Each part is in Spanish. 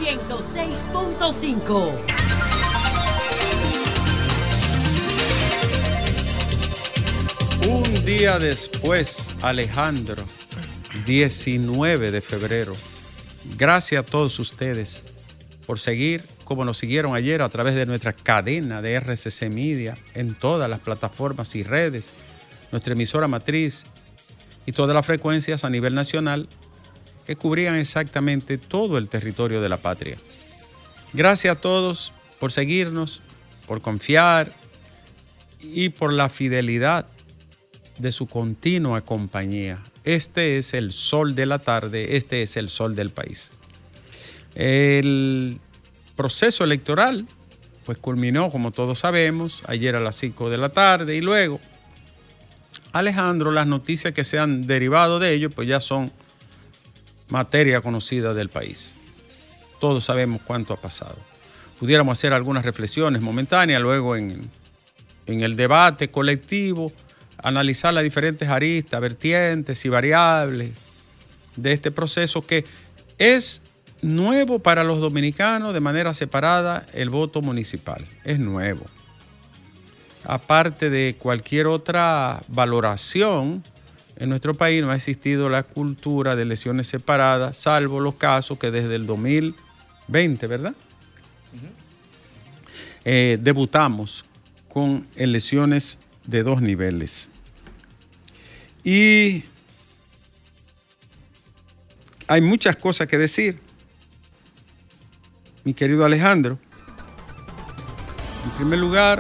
106.5. Un día después, Alejandro, 19 de febrero. Gracias a todos ustedes por seguir como nos siguieron ayer a través de nuestra cadena de RCC Media en todas las plataformas y redes, nuestra emisora matriz y todas las frecuencias a nivel nacional que cubrían exactamente todo el territorio de la patria. Gracias a todos por seguirnos, por confiar y por la fidelidad de su continua compañía. Este es el sol de la tarde, este es el sol del país. El proceso electoral pues culminó, como todos sabemos, ayer a las 5 de la tarde y luego, Alejandro, las noticias que se han derivado de ello pues ya son materia conocida del país. Todos sabemos cuánto ha pasado. Pudiéramos hacer algunas reflexiones momentáneas, luego en el debate colectivo, analizar las diferentes aristas, vertientes y variables de este proceso que es nuevo para los dominicanos de manera separada. El voto municipal es nuevo. Aparte de cualquier otra valoración, en nuestro país no ha existido la cultura de elecciones separadas, salvo los casos que desde el 2020, ¿verdad? Debutamos con elecciones de dos niveles. Y hay muchas cosas que decir, mi querido Alejandro. En primer lugar,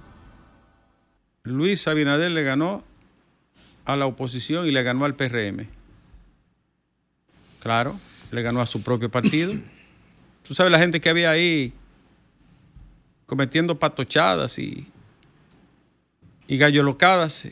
Luis Abinader le ganó a la oposición y le ganó al PRM. Claro, le ganó a su propio partido. Tú sabes la gente que había ahí cometiendo patochadas y gallolocadas,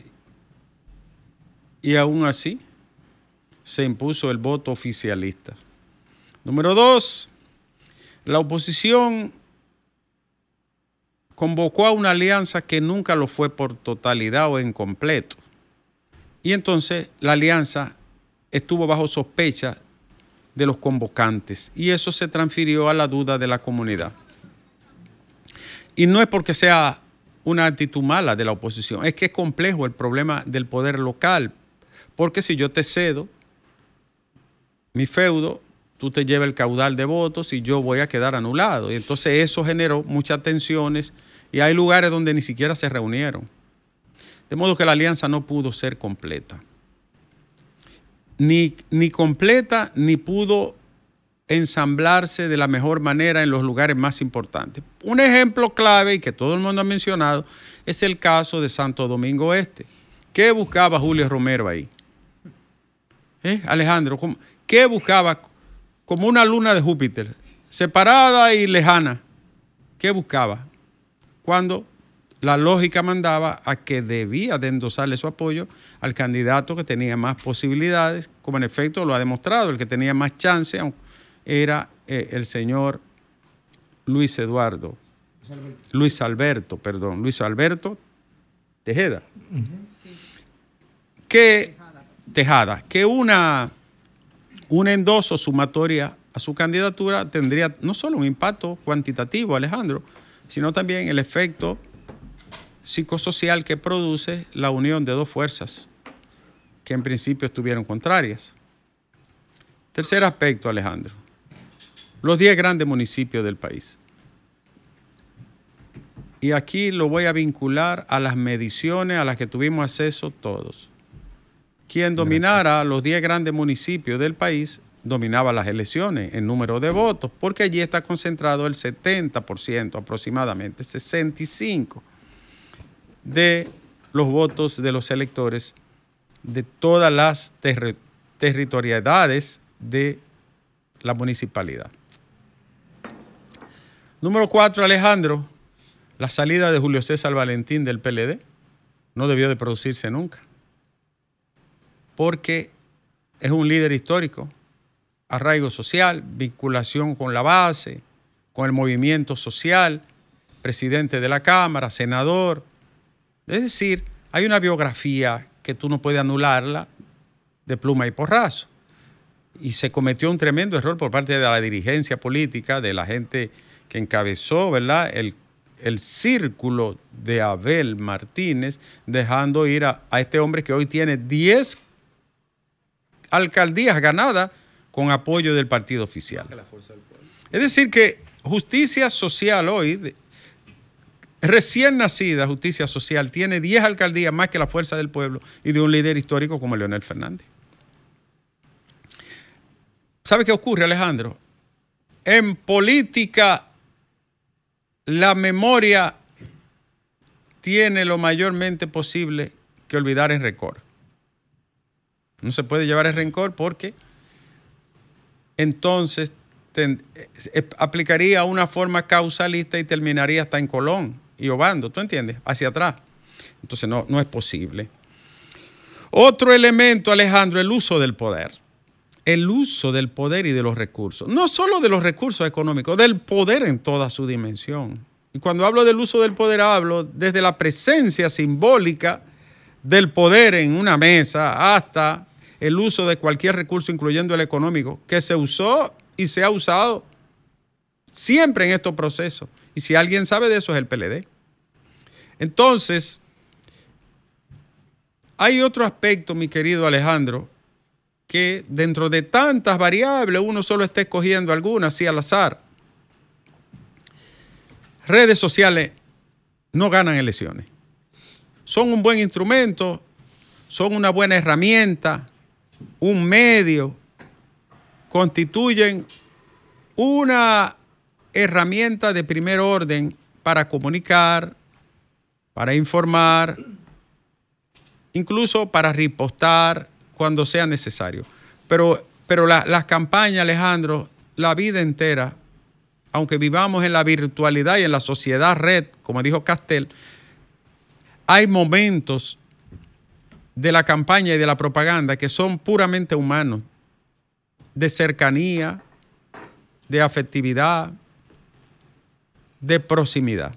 y aún así se impuso el voto oficialista. Número 2, la oposición convocó a una alianza que nunca lo fue por totalidad o en completo. Y entonces la alianza estuvo bajo sospecha de los convocantes y eso se transfirió a la duda de la comunidad. Y no es porque sea una actitud mala de la oposición, es que es complejo el problema del poder local, porque si yo te cedo mi feudo, tú te llevas el caudal de votos y yo voy a quedar anulado. Y entonces eso generó muchas tensiones y hay lugares donde ni siquiera se reunieron. De modo que la alianza no pudo ser completa. Ni completa, ni pudo ensamblarse de la mejor manera en los lugares más importantes. Un ejemplo clave y que todo el mundo ha mencionado es el caso de Santo Domingo Este. ¿Qué buscaba Julio Romero ahí? Alejandro, ¿qué buscaba? Como una luna de Júpiter, separada y lejana. ¿Qué buscaba? Cuando la lógica mandaba a que debía de endosarle su apoyo al candidato que tenía más posibilidades, como en efecto lo ha demostrado, el que tenía más chance era el señor Luis Alberto Tejeda. Tejada, que una endoso sumatoria a su candidatura tendría no solo un impacto cuantitativo, Alejandro, sino también el efecto psicosocial que produce la unión de dos fuerzas que en principio estuvieron contrarias. Tercer aspecto, Alejandro, los 10 grandes municipios del país. Y aquí lo voy a vincular a las mediciones a las que tuvimos acceso todos. Quien dominara los 10 grandes municipios del país dominaba las elecciones en número de votos, porque allí está concentrado el 70% aproximadamente, 65% de los votos de los electores de todas las territorialidades de la municipalidad. Número 4, Alejandro, la salida de Julio César Valentín del PLD no debió de producirse nunca, porque es un líder histórico, arraigo social, vinculación con la base, con el movimiento social, presidente de la Cámara, senador. Es decir, hay una biografía que tú no puedes anularla de pluma y porrazo. y se cometió un tremendo error por parte de la dirigencia política, de la gente que encabezó, ¿verdad?, el círculo de Abel Martínez, dejando ir a este hombre que hoy tiene 10 alcaldías ganadas con apoyo del partido oficial. Es decir que justicia social hoy, recién nacida justicia social, tiene 10 alcaldías más que la fuerza del pueblo y de un líder histórico como Leonel Fernández. ¿Sabe qué ocurre, Alejandro? En política, la memoria tiene lo mayormente posible que olvidar el rencor. No se puede llevar el rencor porque entonces aplicaría una forma causalista y terminaría hasta en Colón y Obando, ¿tú entiendes? Hacia atrás. Entonces no es posible. Otro elemento, Alejandro, el uso del poder. El uso del poder y de los recursos. No solo de los recursos económicos, del poder en toda su dimensión. Y cuando hablo del uso del poder, hablo desde la presencia simbólica del poder en una mesa hasta el uso de cualquier recurso, incluyendo el económico, que se usó y se ha usado siempre en estos procesos. Y si alguien sabe de eso es el PLD. Entonces, hay otro aspecto, mi querido Alejandro, que dentro de tantas variables uno solo está escogiendo algunas, así al azar. Redes sociales no ganan elecciones. Son un buen instrumento, son una buena herramienta, un medio, constituyen una herramienta de primer orden para comunicar, para informar, incluso para ripostar cuando sea necesario. Pero las campañas, Alejandro, la vida entera, aunque vivamos en la virtualidad y en la sociedad red, como dijo Castel, hay momentos de la campaña y de la propaganda que son puramente humanos, de cercanía, de afectividad, de proximidad.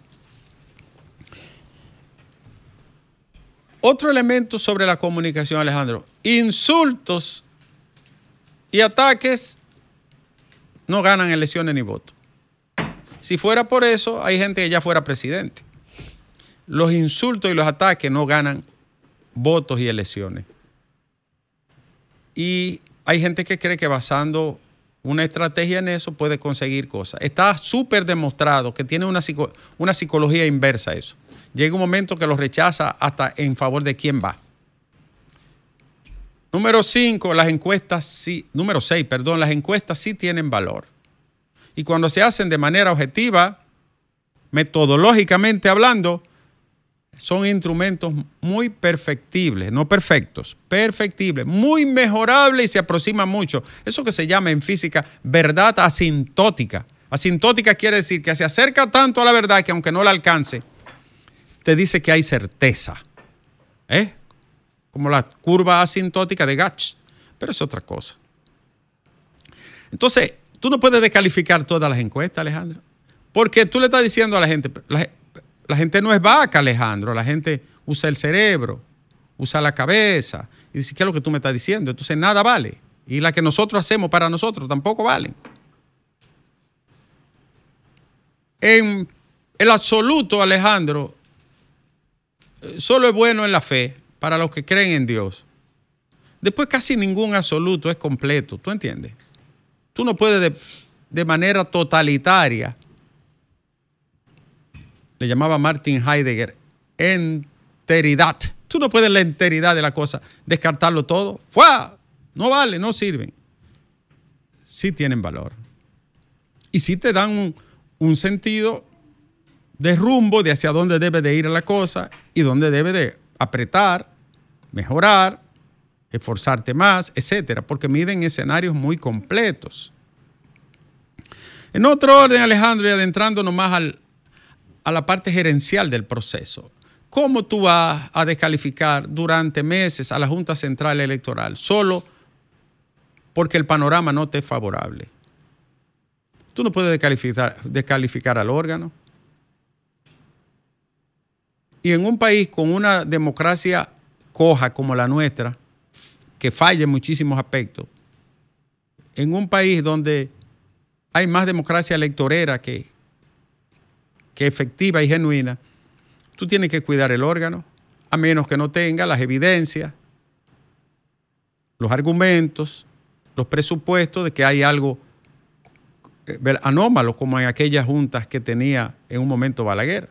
Otro elemento sobre la comunicación, Alejandro, insultos y ataques no ganan elecciones ni votos. Si fuera por eso, hay gente que ya fuera presidente. Los insultos y los ataques no ganan votos y elecciones. Y hay gente que cree que basando una estrategia en eso puede conseguir cosas. Está súper demostrado que tiene una psicología inversa eso. Llega un momento que lo rechaza hasta en favor de quién va. Número 5, las encuestas sí, número 6, perdón, las encuestas sí tienen valor. Y cuando se hacen de manera objetiva, metodológicamente hablando, son instrumentos muy perfectibles, no perfectos, perfectibles, muy mejorables y se aproximan mucho. Eso que se llama en física verdad asintótica. Asintótica quiere decir que se acerca tanto a la verdad que aunque no la alcance, te dice que hay certeza. Como la curva asintótica de Gatch, pero es otra cosa. Entonces, tú no puedes descalificar todas las encuestas, Alejandro, porque tú le estás diciendo a la gente, la gente no es vaca, Alejandro, la gente usa el cerebro, usa la cabeza, y dice, ¿qué es lo que tú me estás diciendo? Entonces nada vale, y la que nosotros hacemos para nosotros tampoco valen. En el absoluto, Alejandro, solo es bueno en la fe para los que creen en Dios. Después casi ningún absoluto es completo, ¿tú entiendes? Tú no puedes de manera totalitaria, le llamaba Martin Heidegger, enteridad. Tú no puedes la enteridad de la cosa, descartarlo todo. ¡Fua! No vale, no sirven. Sí tienen valor. Y sí te dan un sentido de rumbo de hacia dónde debe de ir la cosa y dónde debe de apretar, mejorar, esforzarte más, etcétera, porque miden escenarios muy completos. En otro orden, Alejandro, y adentrándonos más a la parte gerencial del proceso, ¿cómo tú vas a descalificar durante meses a la Junta Central Electoral solo porque el panorama no te es favorable? Tú no puedes descalificar al órgano. Y en un país con una democracia coja como la nuestra, que falla en muchísimos aspectos, en un país donde hay más democracia electorera que efectiva y genuina, tú tienes que cuidar el órgano, a menos que no tenga las evidencias, los argumentos, los presupuestos de que hay algo anómalo, como en aquellas juntas que tenía en un momento Balaguer.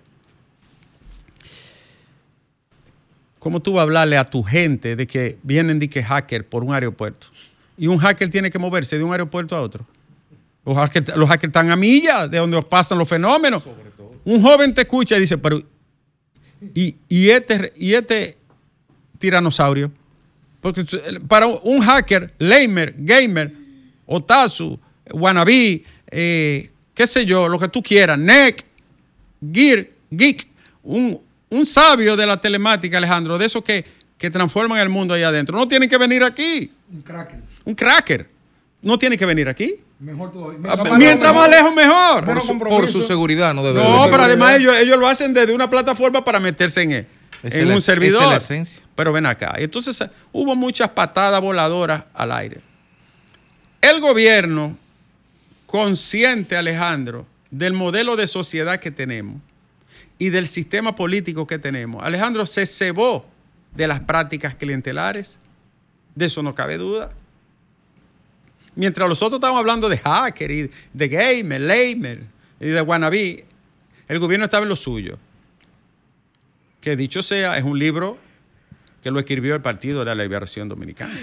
¿Cómo tú vas a hablarle a tu gente de que vienen de que hacker por un aeropuerto? Y un hacker tiene que moverse de un aeropuerto a otro. Los hackers están a millas de donde pasan los fenómenos. Un joven te escucha y dice, pero ¿y este tiranosaurio? Porque para un hacker, lamer, gamer, otazu, wannabe, qué sé yo, lo que tú quieras, neck, geek, un sabio de la telemática, Alejandro, de esos que transforman el mundo allá adentro, no tienen que venir aquí. Un cracker. No tiene que venir aquí. Mejor todavía. Mientras más lejos, mejor. Por su seguridad, no debe. No, pero además ellos lo hacen desde una plataforma para meterse en un servidor. Esa es la esencia. Pero ven acá. Entonces hubo muchas patadas voladoras al aire. El gobierno, consciente, Alejandro, del modelo de sociedad que tenemos y del sistema político que tenemos, Alejandro, se cebó de las prácticas clientelares. De eso no cabe duda. Mientras nosotros estamos hablando de hacker y de gamer, lamer y de wannabe, el gobierno estaba en lo suyo. Que dicho sea, es un libro que lo escribió el Partido de la Liberación Dominicana.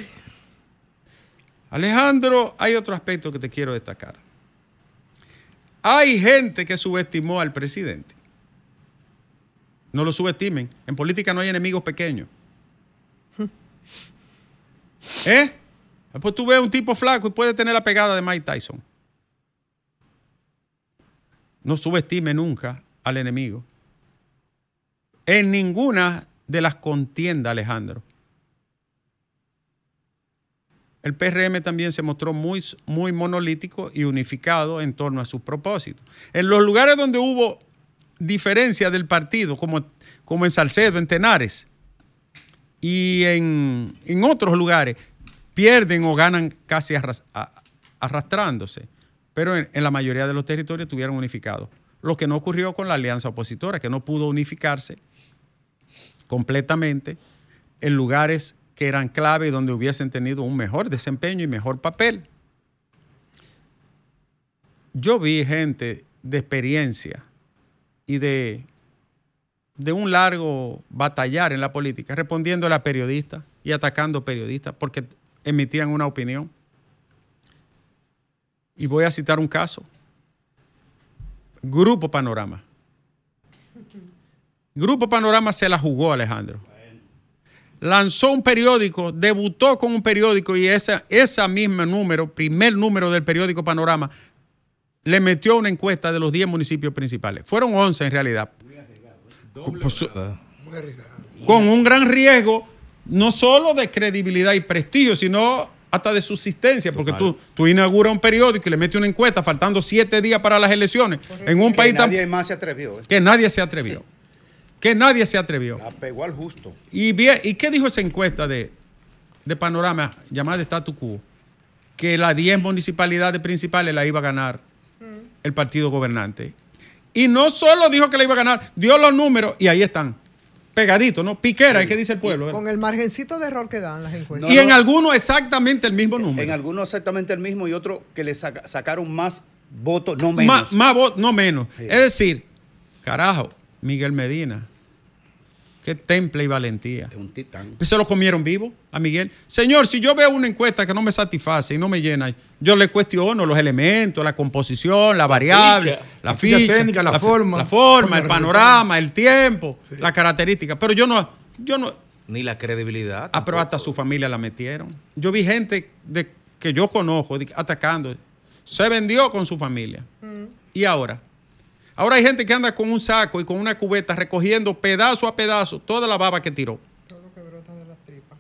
Alejandro, hay otro aspecto que te quiero destacar. Hay gente que subestimó al presidente. No lo subestimen. En política no hay enemigos pequeños. Pues tú ves un tipo flaco y puede tener la pegada de Mike Tyson. No subestime nunca al enemigo. En ninguna de las contiendas, Alejandro. El PRM también se mostró muy, muy monolítico y unificado en torno a sus propósitos. En los lugares donde hubo diferencia del partido, como en Salcedo, en Tenares, y en otros lugares, pierden o ganan casi arrastrándose. Pero en la mayoría de los territorios estuvieron unificados. Lo que no ocurrió con la alianza opositora, que no pudo unificarse completamente en lugares que eran clave y donde hubiesen tenido un mejor desempeño y mejor papel. Yo vi gente de experiencia y de un largo batallar en la política, respondiéndole a periodistas y atacando periodistas porque emitían una opinión. Y voy a citar un caso. Grupo Panorama. Grupo Panorama se la jugó, Alejandro. Lanzó un periódico, debutó con un periódico y esa misma número, primer número del periódico Panorama, le metió una encuesta de los 10 municipios principales. Fueron 11 en realidad. Muy arriesgado. Con un gran riesgo, no solo de credibilidad y prestigio, sino hasta de subsistencia, porque tú inauguras un periódico y le metes una encuesta faltando 7 días para las elecciones. En un país nadie más se atrevió. Que nadie se atrevió. Que nadie se atrevió. La pegó al justo. ¿Y qué dijo esa encuesta de Panorama llamada Status Quo? Que las 10 municipalidades principales la iba a ganar el partido gobernante. Y no solo dijo que la iba a ganar, dio los números y ahí están. Pegaditos, ¿no? Piquera, es que dice el pueblo. Con el margencito de error que dan las encuestas. Y en algunos exactamente el mismo número. En algunos exactamente el mismo y otro que le sacaron más votos, no menos. Más votos, no menos. Sí. Es decir, carajo, Miguel Medina, qué temple y valentía. Es un titán. Se lo comieron vivo a Miguel. Señor, si yo veo una encuesta que no me satisface y no me llena, yo le cuestiono los elementos, la composición, la variable, la ficha técnica, la forma, el panorama, el tiempo, la característica. Pero yo no. Ni la credibilidad. Pero hasta su familia la metieron. Yo vi gente que yo conozco atacando. Se vendió con su familia. ¿Y ahora? Ahora hay gente que anda con un saco y con una cubeta recogiendo pedazo a pedazo toda la baba que tiró. Todo lo que brota de las tripas.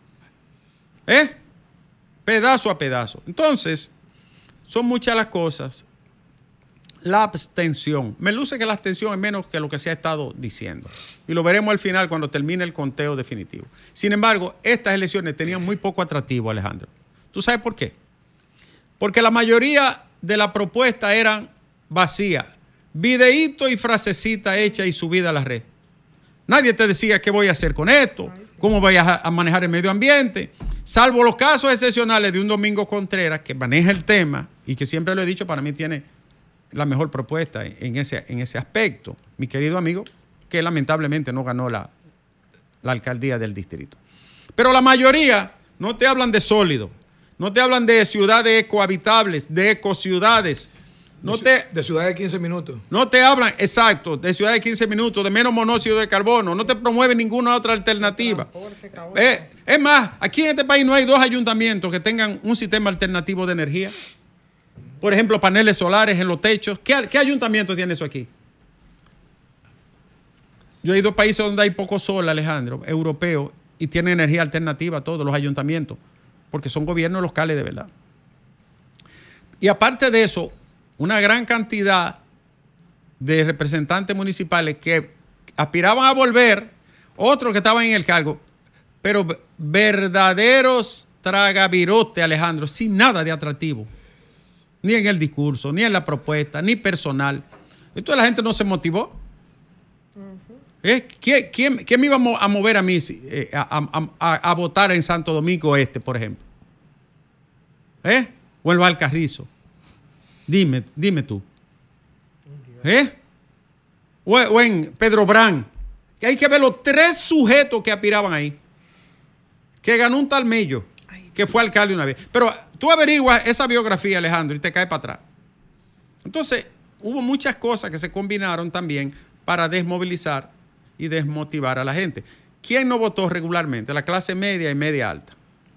Pedazo a pedazo. Entonces, son muchas las cosas. La abstención. Me luce que la abstención es menos que lo que se ha estado diciendo. Y lo veremos al final cuando termine el conteo definitivo. Sin embargo, estas elecciones tenían muy poco atractivo, Alejandro. ¿Tú sabes por qué? Porque la mayoría de las propuestas eran vacías. Videíto y frasecita hecha y subida a la red. Nadie te decía qué voy a hacer con esto, cómo voy a manejar el medio ambiente, salvo los casos excepcionales de un Domingo Contreras que maneja el tema y que siempre lo he dicho, para mí tiene la mejor propuesta en ese aspecto. Mi querido amigo, que lamentablemente no ganó la alcaldía del distrito. Pero la mayoría no te hablan de sólido, no te hablan de ciudades ecohabitables, de ecociudades. De ciudades de 15 minutos. No te hablan, exacto, de ciudades de 15 minutos, de menos monóxido de carbono. No te promueven ninguna otra alternativa. Es más, aquí en este país no hay 2 ayuntamientos que tengan un sistema alternativo de energía. Por ejemplo, paneles solares en los techos. ¿Qué ayuntamiento tiene eso aquí? Yo he ido a países donde hay poco sol, Alejandro, europeo, y tienen energía alternativa todos los ayuntamientos, porque son gobiernos locales de verdad. Y aparte de eso, una gran cantidad de representantes municipales que aspiraban a volver, otros que estaban en el cargo, pero verdaderos tragavirote, Alejandro, sin nada de atractivo, ni en el discurso, ni en la propuesta, ni personal. Entonces la gente no se motivó. ¿Quién me iba a mover a mí a votar en Santo Domingo Este, por ejemplo? O en Los Alcarrizos. Dime tú. O en Pedro Brán. Que hay que ver los 3 sujetos que aspiraban ahí. Que ganó un tal Mello, que fue alcalde una vez. Pero tú averiguas esa biografía, Alejandro, y te cae para atrás. Entonces, hubo muchas cosas que se combinaron también para desmovilizar y desmotivar a la gente. ¿Quién no votó regularmente? La clase media y media alta.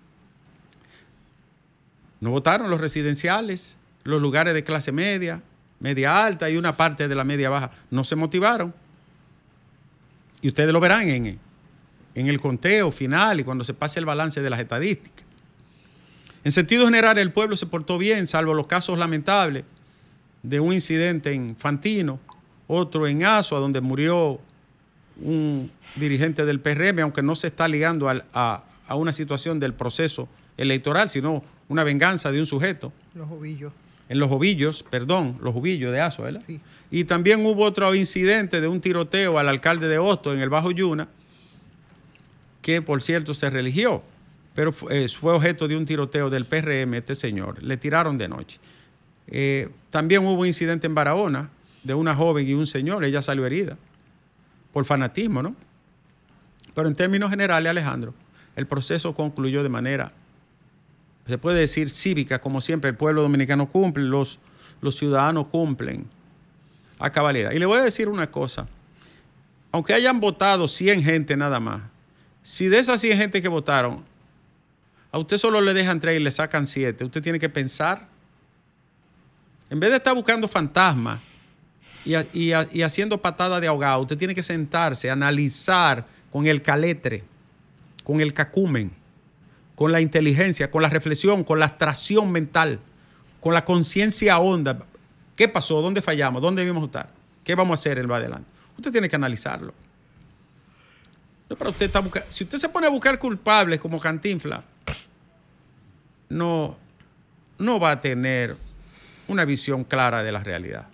No votaron los residenciales, los lugares de clase media, media alta y una parte de la media baja. No se motivaron. Y ustedes lo verán en el conteo final y cuando se pase el balance de las estadísticas. En sentido general, el pueblo se portó bien, salvo los casos lamentables de un incidente en Fantino, otro en Azua, donde murió un dirigente del PRM, aunque no se está ligando a una situación del proceso electoral, sino una venganza de un sujeto. Los ovillos. En los ovillos de Azua, ¿verdad? Sí. Y también hubo otro incidente de un tiroteo al alcalde de Hostos en el Bajo Yuna, que por cierto se religió, pero fue objeto de un tiroteo del PRM, este señor. Le tiraron de noche. También hubo un incidente en Barahona de una joven y un señor, ella salió herida por fanatismo, ¿no? Pero en términos generales, Alejandro, el proceso concluyó de manera, se puede decir, cívica, como siempre. El pueblo dominicano cumple, los ciudadanos cumplen a cabalidad. Y le voy a decir una cosa, aunque hayan votado 100 gente nada más, si de esas 100 gente que votaron, a usted solo le dejan 3 y le sacan 7, usted tiene que pensar, en vez de estar buscando fantasmas y haciendo patada de ahogado, usted tiene que sentarse, analizar con el caletre, con el cacumen, con la inteligencia, con la reflexión, con la abstracción mental, con la conciencia honda. ¿Qué pasó? ¿Dónde fallamos? ¿Dónde debimos estar? ¿Qué vamos a hacer en lo adelante? Usted tiene que analizarlo. No, pero usted si usted se pone a buscar culpables como Cantinflas, no va a tener una visión clara de la realidad.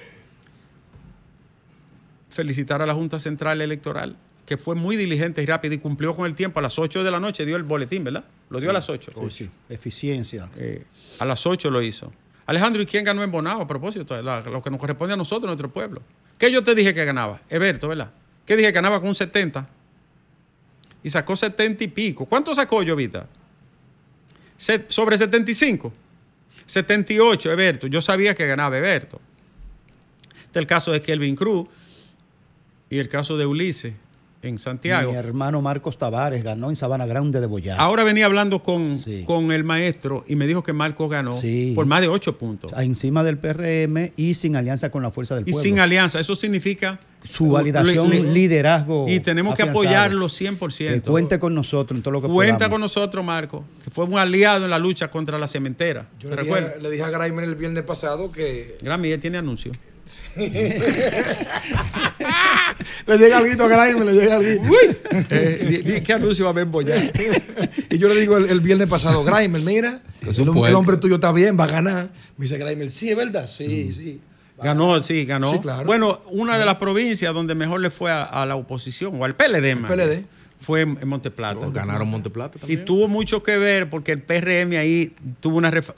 Felicitar a la Junta Central Electoral, que fue muy diligente y rápida y cumplió con el tiempo. A las 8 de la noche dio el boletín, ¿verdad? Lo dio a las 8. Sí. Eficiencia. A las 8 lo hizo. Alejandro, ¿y quién ganó en Bonao? A propósito, lo que nos corresponde a nosotros, nuestro pueblo. ¿Qué yo te dije que ganaba? Eberto, ¿verdad? ¿Qué dije que ganaba con un 70? Y sacó 70 y pico. ¿Cuánto sacó Llovita? Sobre 75. 78, Eberto. Yo sabía que ganaba Eberto. Este es el caso de Kelvin Cruz y el caso de Ulises en Santiago. Mi hermano Marcos Tavares ganó en Sabana Grande de Boyá. Ahora venía hablando con el maestro y me dijo que Marcos ganó por más de 8 puntos. Encima del PRM y sin alianza con la Fuerza del Pueblo. Y sin alianza. Eso significa su validación, liderazgo. Y tenemos que apoyarlo 100%. Que cuente con nosotros en todo lo que Cuenta podamos. con nosotros, Marcos, que fue un aliado en la lucha contra la cementera. Yo le dije a Graimer el viernes pasado que... Grammy, tiene anuncio. Le llega algo a Graeme, le llega algo. ¿Qué anuncio va a haber Boyá? Y yo le digo el viernes pasado, Graeme, mira, el hombre tuyo está bien, va a ganar. Me dice Graeme, sí, ¿es verdad? Sí. Ganó. Sí, claro. Bueno, una de las provincias provincias donde mejor le fue a la oposición, o al PLD, fue en Monteplata. Ganaron Monteplata también. Y tuvo mucho que ver porque el PRM ahí tuvo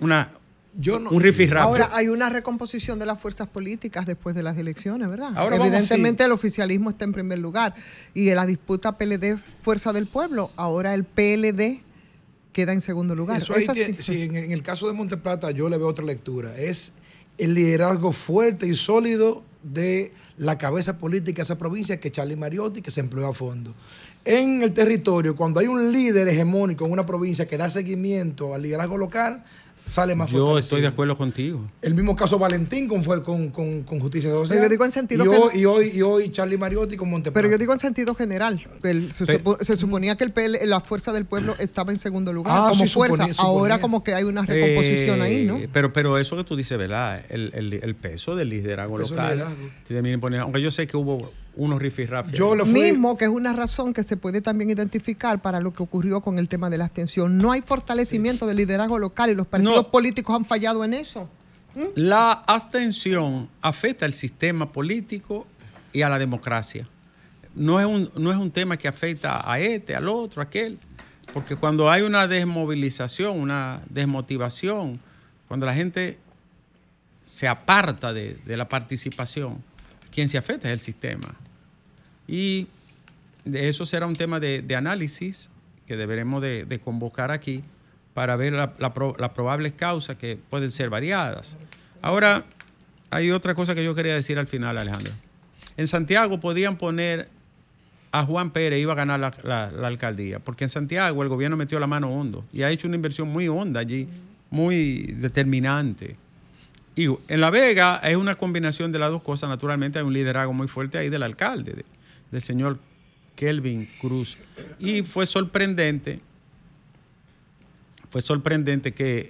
un rifirrafe. Ahora hay una recomposición de las fuerzas políticas después de las elecciones, ¿verdad? Ahora evidentemente el oficialismo está en primer lugar y en la disputa PLD-Fuerza del Pueblo, ahora el PLD queda en segundo lugar. Sí, en el caso de Monteplata yo le veo otra lectura. Es el liderazgo fuerte y sólido de la cabeza política de esa provincia, que es Charlie Mariotti, que se empleó a fondo. En el territorio, cuando hay un líder hegemónico en una provincia que da seguimiento al liderazgo local, sale más fortalecido. Yo estoy de acuerdo contigo. El mismo caso Valentín con Justicia Social. Pero yo digo en sentido y hoy Charlie Mariotti con Monteplata. Pero yo digo en sentido general. Se suponía que la Fuerza del Pueblo estaba en segundo lugar como fuerza. Ahora como que hay una recomposición ahí, ¿no? Pero eso que tú dices, ¿verdad? El peso del liderazgo local. Aunque yo sé que hubo unos rifirrafes. Mismo que es una razón que se puede también identificar para lo que ocurrió con el tema de la abstención. No hay fortalecimiento del liderazgo local y los partidos políticos han fallado en eso. La abstención afecta al sistema político y a la democracia. No es un tema que afecta a al otro, a aquel. Porque cuando hay una desmovilización, una desmotivación, cuando la gente se aparta de la participación, quien se afecta es el sistema. Y de eso será un tema de análisis que deberemos de convocar aquí para ver las probables causas, que pueden ser variadas. Ahora, hay otra cosa que yo quería decir al final, Alejandro. En Santiago podían poner a Juan Pérez, iba a ganar la alcaldía, porque en Santiago el gobierno metió la mano hondo y ha hecho una inversión muy honda allí, muy determinante. Y en La Vega es una combinación de las dos cosas. Naturalmente hay un liderazgo muy fuerte ahí del alcalde, del señor Kelvin Cruz. Y fue sorprendente que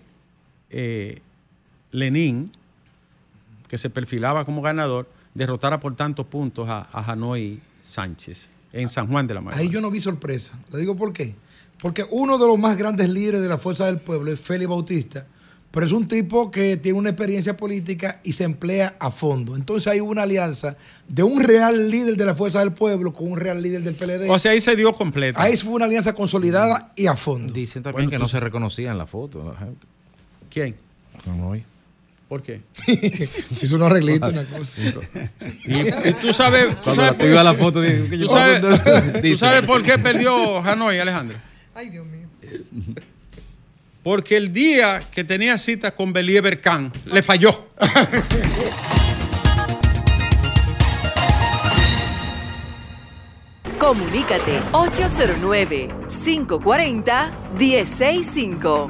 Lenín, que se perfilaba como ganador, derrotara por tantos puntos a Janoy Sánchez en San Juan de la Maguana. Ahí yo no vi sorpresa. Le digo por qué. Porque uno de los más grandes líderes de la Fuerza del Pueblo es Félix Bautista, pero es un tipo que tiene una experiencia política y se emplea a fondo. Entonces hay una alianza de un real líder de la Fuerza del Pueblo con un real líder del PLD. O sea, ahí se dio completo. Ahí fue una alianza consolidada y a fondo. Dicen también que no se reconocía en la foto la gente. ¿Quién? Como hoy. ¿Por qué? Se hizo un arreglito, una cosa. Y tú sabes... Cuando tú ibas a la foto... ¿Tú sabes por qué perdió Janoy, Alejandro? Ay, Dios mío. Porque el día que tenía cita con Believer Khan, le falló. Comunícate 809-540-1065.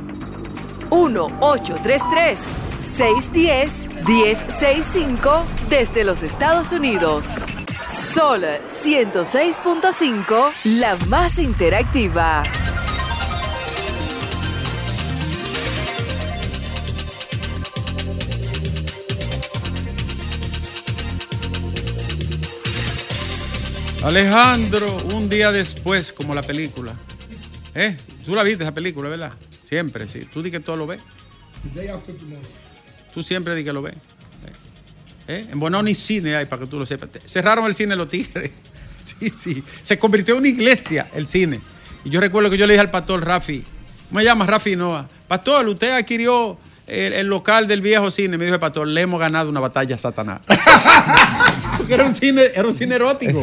1-833-610-1065 desde los Estados Unidos. Sol 106.5, la más interactiva. Alejandro, un día después, como la película. Tú la viste esa película, ¿verdad? Siempre, sí. Tú di que todo lo ves. Tú siempre di que lo ves. En Bononi cine hay, para que tú lo sepas. Cerraron el cine Los Tigres. Sí. Se convirtió en una iglesia el cine. Y yo recuerdo que yo le dije al pastor Rafi, ¿cómo se llama? Rafi Noa. Pastor, usted adquirió el local del viejo cine. Me dijo el pastor, le hemos ganado una batalla a Satanás. Porque era un cine erótico.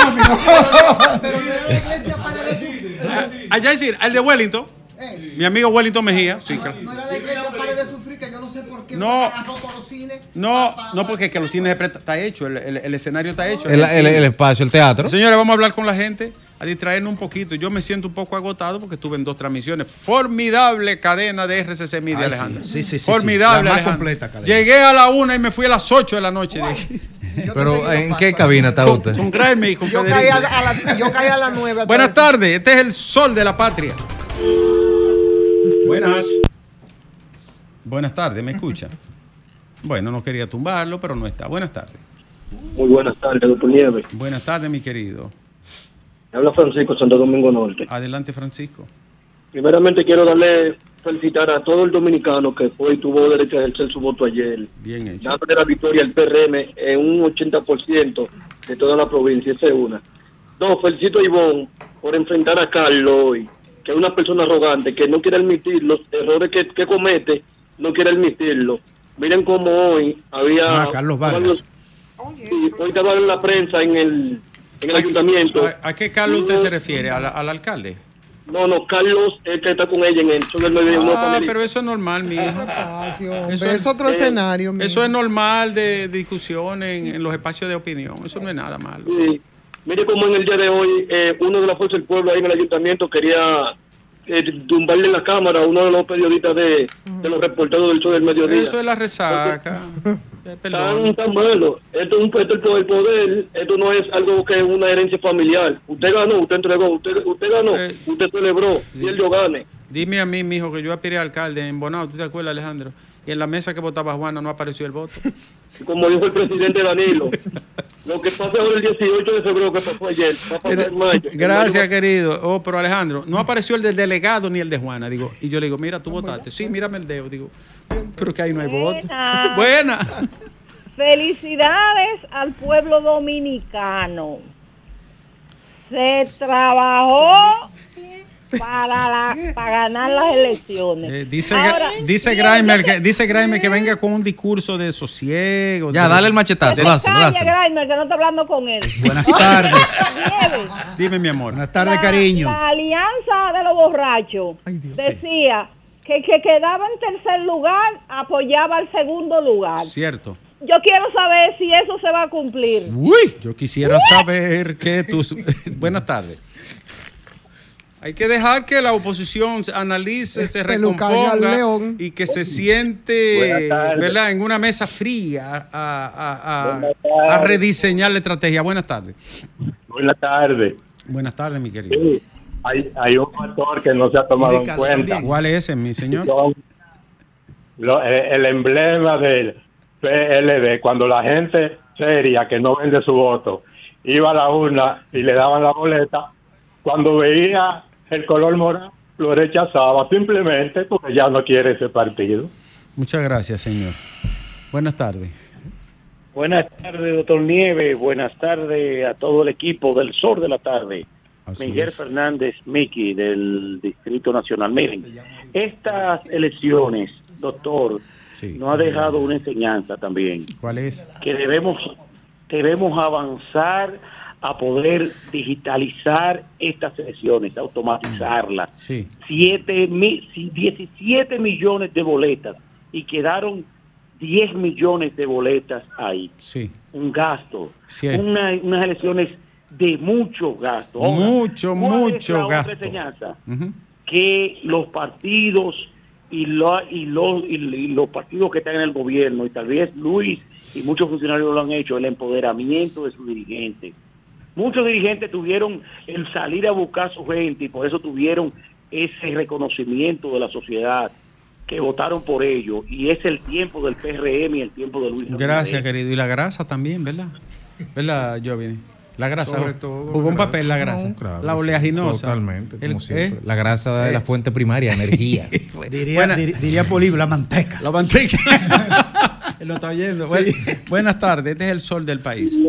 Allá decir, el de Wellington. Mi amigo Wellington Mejía. Sí, claro. No era la iglesia Pare de Sufrir, que yo no sé por qué. No, los cines. No, porque es que los cines está hecho, el escenario está hecho. El espacio, el teatro. Señores, vamos a hablar con la gente, a distraernos un poquito. Yo me siento un poco agotado porque estuve en 2 transmisiones. Formidable cadena de RCC Media, Alejandro. Sí. Formidable, La más Alejandro. completa cadena. Llegué a la 1 y me fui a las 8 de la noche. Pero, ¿en qué cabina está usted? Con Graeme y con yo Federico. Yo caí a las 9. Buenas tardes, este es el sol de la patria. Buenas tardes, ¿me escucha? Bueno, no quería tumbarlo, pero no está. Buenas tardes. Muy buenas tardes, doctor Nieves. Buenas tardes, mi querido. Habla Francisco, Santo Domingo Norte. Adelante, Francisco. Primeramente quiero felicitar a todo el dominicano que fue y tuvo derecho a ejercer su voto ayer. Bien hecho. Darle la victoria al PRM en un 80% de toda la provincia, esa es una. Dos, felicito a Ivonne por enfrentar a Carlos hoy, que es una persona arrogante, que no quiere admitir los errores que comete, no quiere admitirlo. Miren cómo hoy había... Carlos Vargas. Sí, hoy estaba en la prensa en el ayuntamiento. ¿A qué Carlos usted se refiere? ¿Al alcalde? No, Carlos es el que está con ella en el show del mediodía. Pero eso es normal, mijo. Eso es otro escenario, mijo. Eso es normal de discusión en los espacios de opinión. Eso no es nada malo. Sí. Mire cómo en el día de hoy uno de la Fuerza del Pueblo ahí en el ayuntamiento quería tumbarle la cámara a uno de los periodistas de los reporteros del show del mediodía. Eso es la resaca. Tan malo. Esto es el poder. Esto no es algo que es una herencia familiar. Usted ganó, usted entregó, usted ganó, usted celebró y él yo gane. Dime a mí, mijo, que yo aspiré a alcalde en Bonao, ¿tú te acuerdas, Alejandro? Y en la mesa que votaba Juana no apareció el voto. Como dijo el presidente Danilo, lo que pasa ahora el 18 de febrero que pasó ayer, va a pasar en mayo. Gracias, querido. Pero Alejandro, no apareció el del delegado ni el de Juana. Digo, y yo le digo, mira, tú votaste. Sí, mírame el dedo. Digo, pero que ahí no hay voto. Buena. Felicidades al pueblo dominicano. Se trabajó para ganar las elecciones. Dice Grimer que venga con un discurso de sosiego. Ya, dale el machetazo. Grimer, que no está hablando con él. Buenas tardes. Dime, mi amor. Buenas tardes, cariño. La alianza de los borrachos decía que quedaba en tercer lugar apoyaba al segundo lugar. Cierto. Yo quiero saber si eso se va a cumplir. Yo quisiera saber que tú... Buenas tardes. Hay que dejar que la oposición analice, se recomponga y que se siente, ¿verdad?, en una mesa fría a rediseñar la estrategia. Buenas tardes. Buenas tardes. Buenas tardes, mi querido. Sí, hay un factor que no se ha tomado en cuenta. También. ¿Cuál es ese, mi señor? El emblema del PLD, cuando la gente seria que no vende su voto iba a la urna y le daban la boleta, cuando veía el color morado lo rechazaba simplemente porque ya no quiere ese partido. Muchas gracias, señor. Buenas tardes. Buenas tardes, doctor Nieves. Buenas tardes a todo el equipo del Sol de la Tarde. Miguel Fernández Miki, del Distrito Nacional. Miren, estas elecciones, doctor, nos ha dejado una enseñanza también. ¿Cuál es? Que debemos avanzar a poder digitalizar estas elecciones, automatizarlas. 17 millones de boletas y quedaron 10 millones de boletas ahí. Un gasto. Unas elecciones de mucho gasto. Ahora, mucho gasto. Enseñanza? Que los partidos y los partidos que están en el gobierno, y tal vez Luis y muchos funcionarios lo han hecho, el empoderamiento de sus dirigentes. Muchos dirigentes tuvieron el salir a buscar a su gente y por eso tuvieron ese reconocimiento de la sociedad, que votaron por ello, y es el tiempo del PRM y el tiempo de Luis. Gracias, querido. Y la grasa también, ¿verdad? ¿Verdad, Giovanni? La grasa sobre todo, jugó un papel la grasa. No, claro, la oleaginosa. Totalmente, como siempre. La grasa de la fuente primaria, energía. Diría Polibio, la manteca. La manteca. Lo está oyendo. Buenas tardes, este es el sol del país.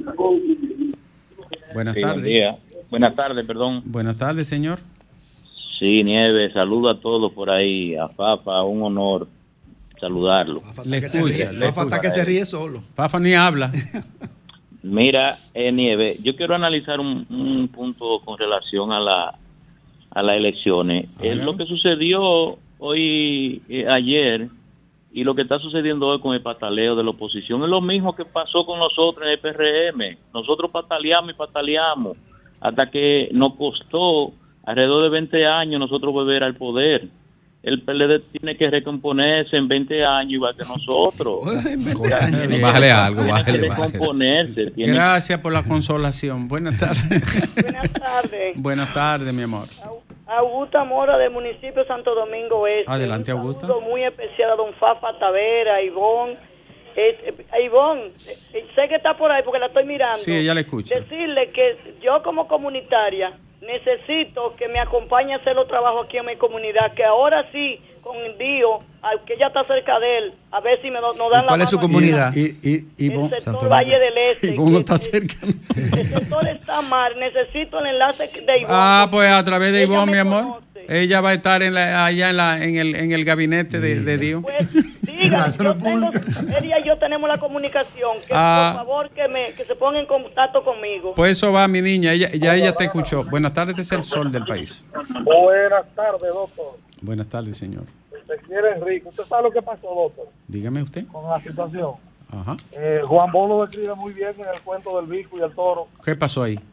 Buenas tardes. Buen día. Buenas tardes, perdón. Buenas tardes, señor. Sí, Nieves, saludo a todos por ahí. A Fafa, un honor saludarlo. Fafa hasta que se ríe solo. Fafa ni habla. Mira, Nieves, yo quiero analizar un punto con relación a las elecciones. Lo que sucedió hoy, ayer, y lo que está sucediendo hoy con el pataleo de la oposición es lo mismo que pasó con nosotros en el PRM. Nosotros pataleamos hasta que nos costó alrededor de 20 años nosotros volver al poder. El PLD tiene que recomponerse en 20 años igual que nosotros. Bájale algo, bájale. Gracias por la consolación. Buenas tardes. Buenas tardes. Buenas tardes, mi amor. Augusta Mora, del municipio Santo Domingo Este. Adelante, Augusta. Un saludo muy especial a don Fafa Tavera, Ivonne Ivonne, sé que está por ahí porque la estoy mirando. Sí, ella la escucha. Decirle que yo como comunitaria necesito que me acompañe a hacer los trabajos aquí en mi comunidad, que ahora sí, con el Dio, que ella está cerca de él, a ver si nos dan la mano. ¿Cuál es su comunidad? Y el sector Valle del Este. no está cerca. El sector está mal, necesito el enlace de Ivonne. Ah, pues a través de Ivonne, mi amor. Conoce. Ella va a estar allá en el gabinete de Dio. Pues diga, ella y yo tenemos la comunicación, que por favor que se ponga en contacto conmigo. Pues eso va, mi niña, ella te escuchó. Buenas tardes, este es el sol del país. Buenas tardes, doctor. Buenas tardes, señor. Se quiere Enrique. ¿Usted sabe lo que pasó, doctor? Dígame usted. Con la situación. Ajá. Juan Bono describe muy bien en el cuento del Bico y el Toro. ¿Qué pasó ahí?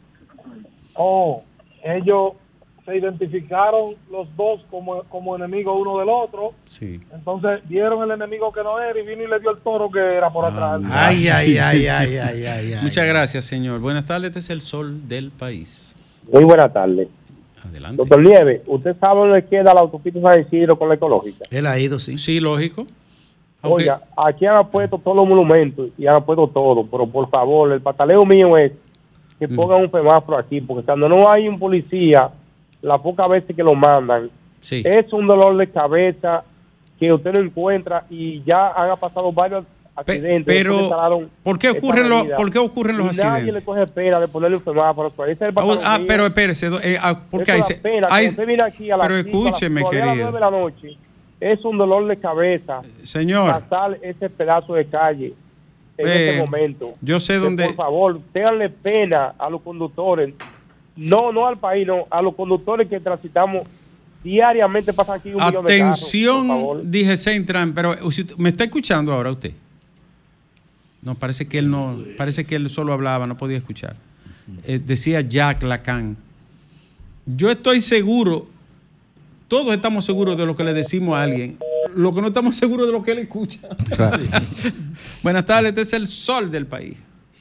Ellos se identificaron los dos como enemigos uno del otro. Sí. Entonces vieron el enemigo que no era y vino y le dio el toro que era por atrás. Ay. Muchas gracias, señor. Buenas tardes, este es el sol del país. Muy buenas tardes. Adelante. Doctor Nieves, ¿usted sabe dónde queda la autopista San Isidro con la ecológica? Él ha ido, sí. Sí, lógico. Oiga, aquí han puesto todos los monumentos y han puesto todo, pero por favor, el pataleo mío es que pongan un semáforo aquí, porque cuando no hay un policía, las pocas veces que lo mandan, es un dolor de cabeza que usted no encuentra y ya han pasado varios accidentes. Pero, ¿por qué ocurren los accidentes? Nadie le coge pena de ponerle un semáforo. Pero espérese, porque hay... Usted viene aquí a las pero escúcheme, a las 9 de la noche, es un dolor de cabeza. Señor. Pasar ese pedazo de calle en este momento. Yo sé dónde... Por favor, ténganle pena a los conductores. No al país, no, a los conductores que transitamos diariamente, pasan aquí 1 millón de carros. Atención, dije Centran, pero ¿me está escuchando ahora usted? No, parece que él solo hablaba, no podía escuchar. Decía Jack Lacan. Yo estoy seguro, todos estamos seguros de lo que le decimos a alguien, lo que no estamos seguros de lo que él escucha. Claro. Buenas tardes, este es el sol del país.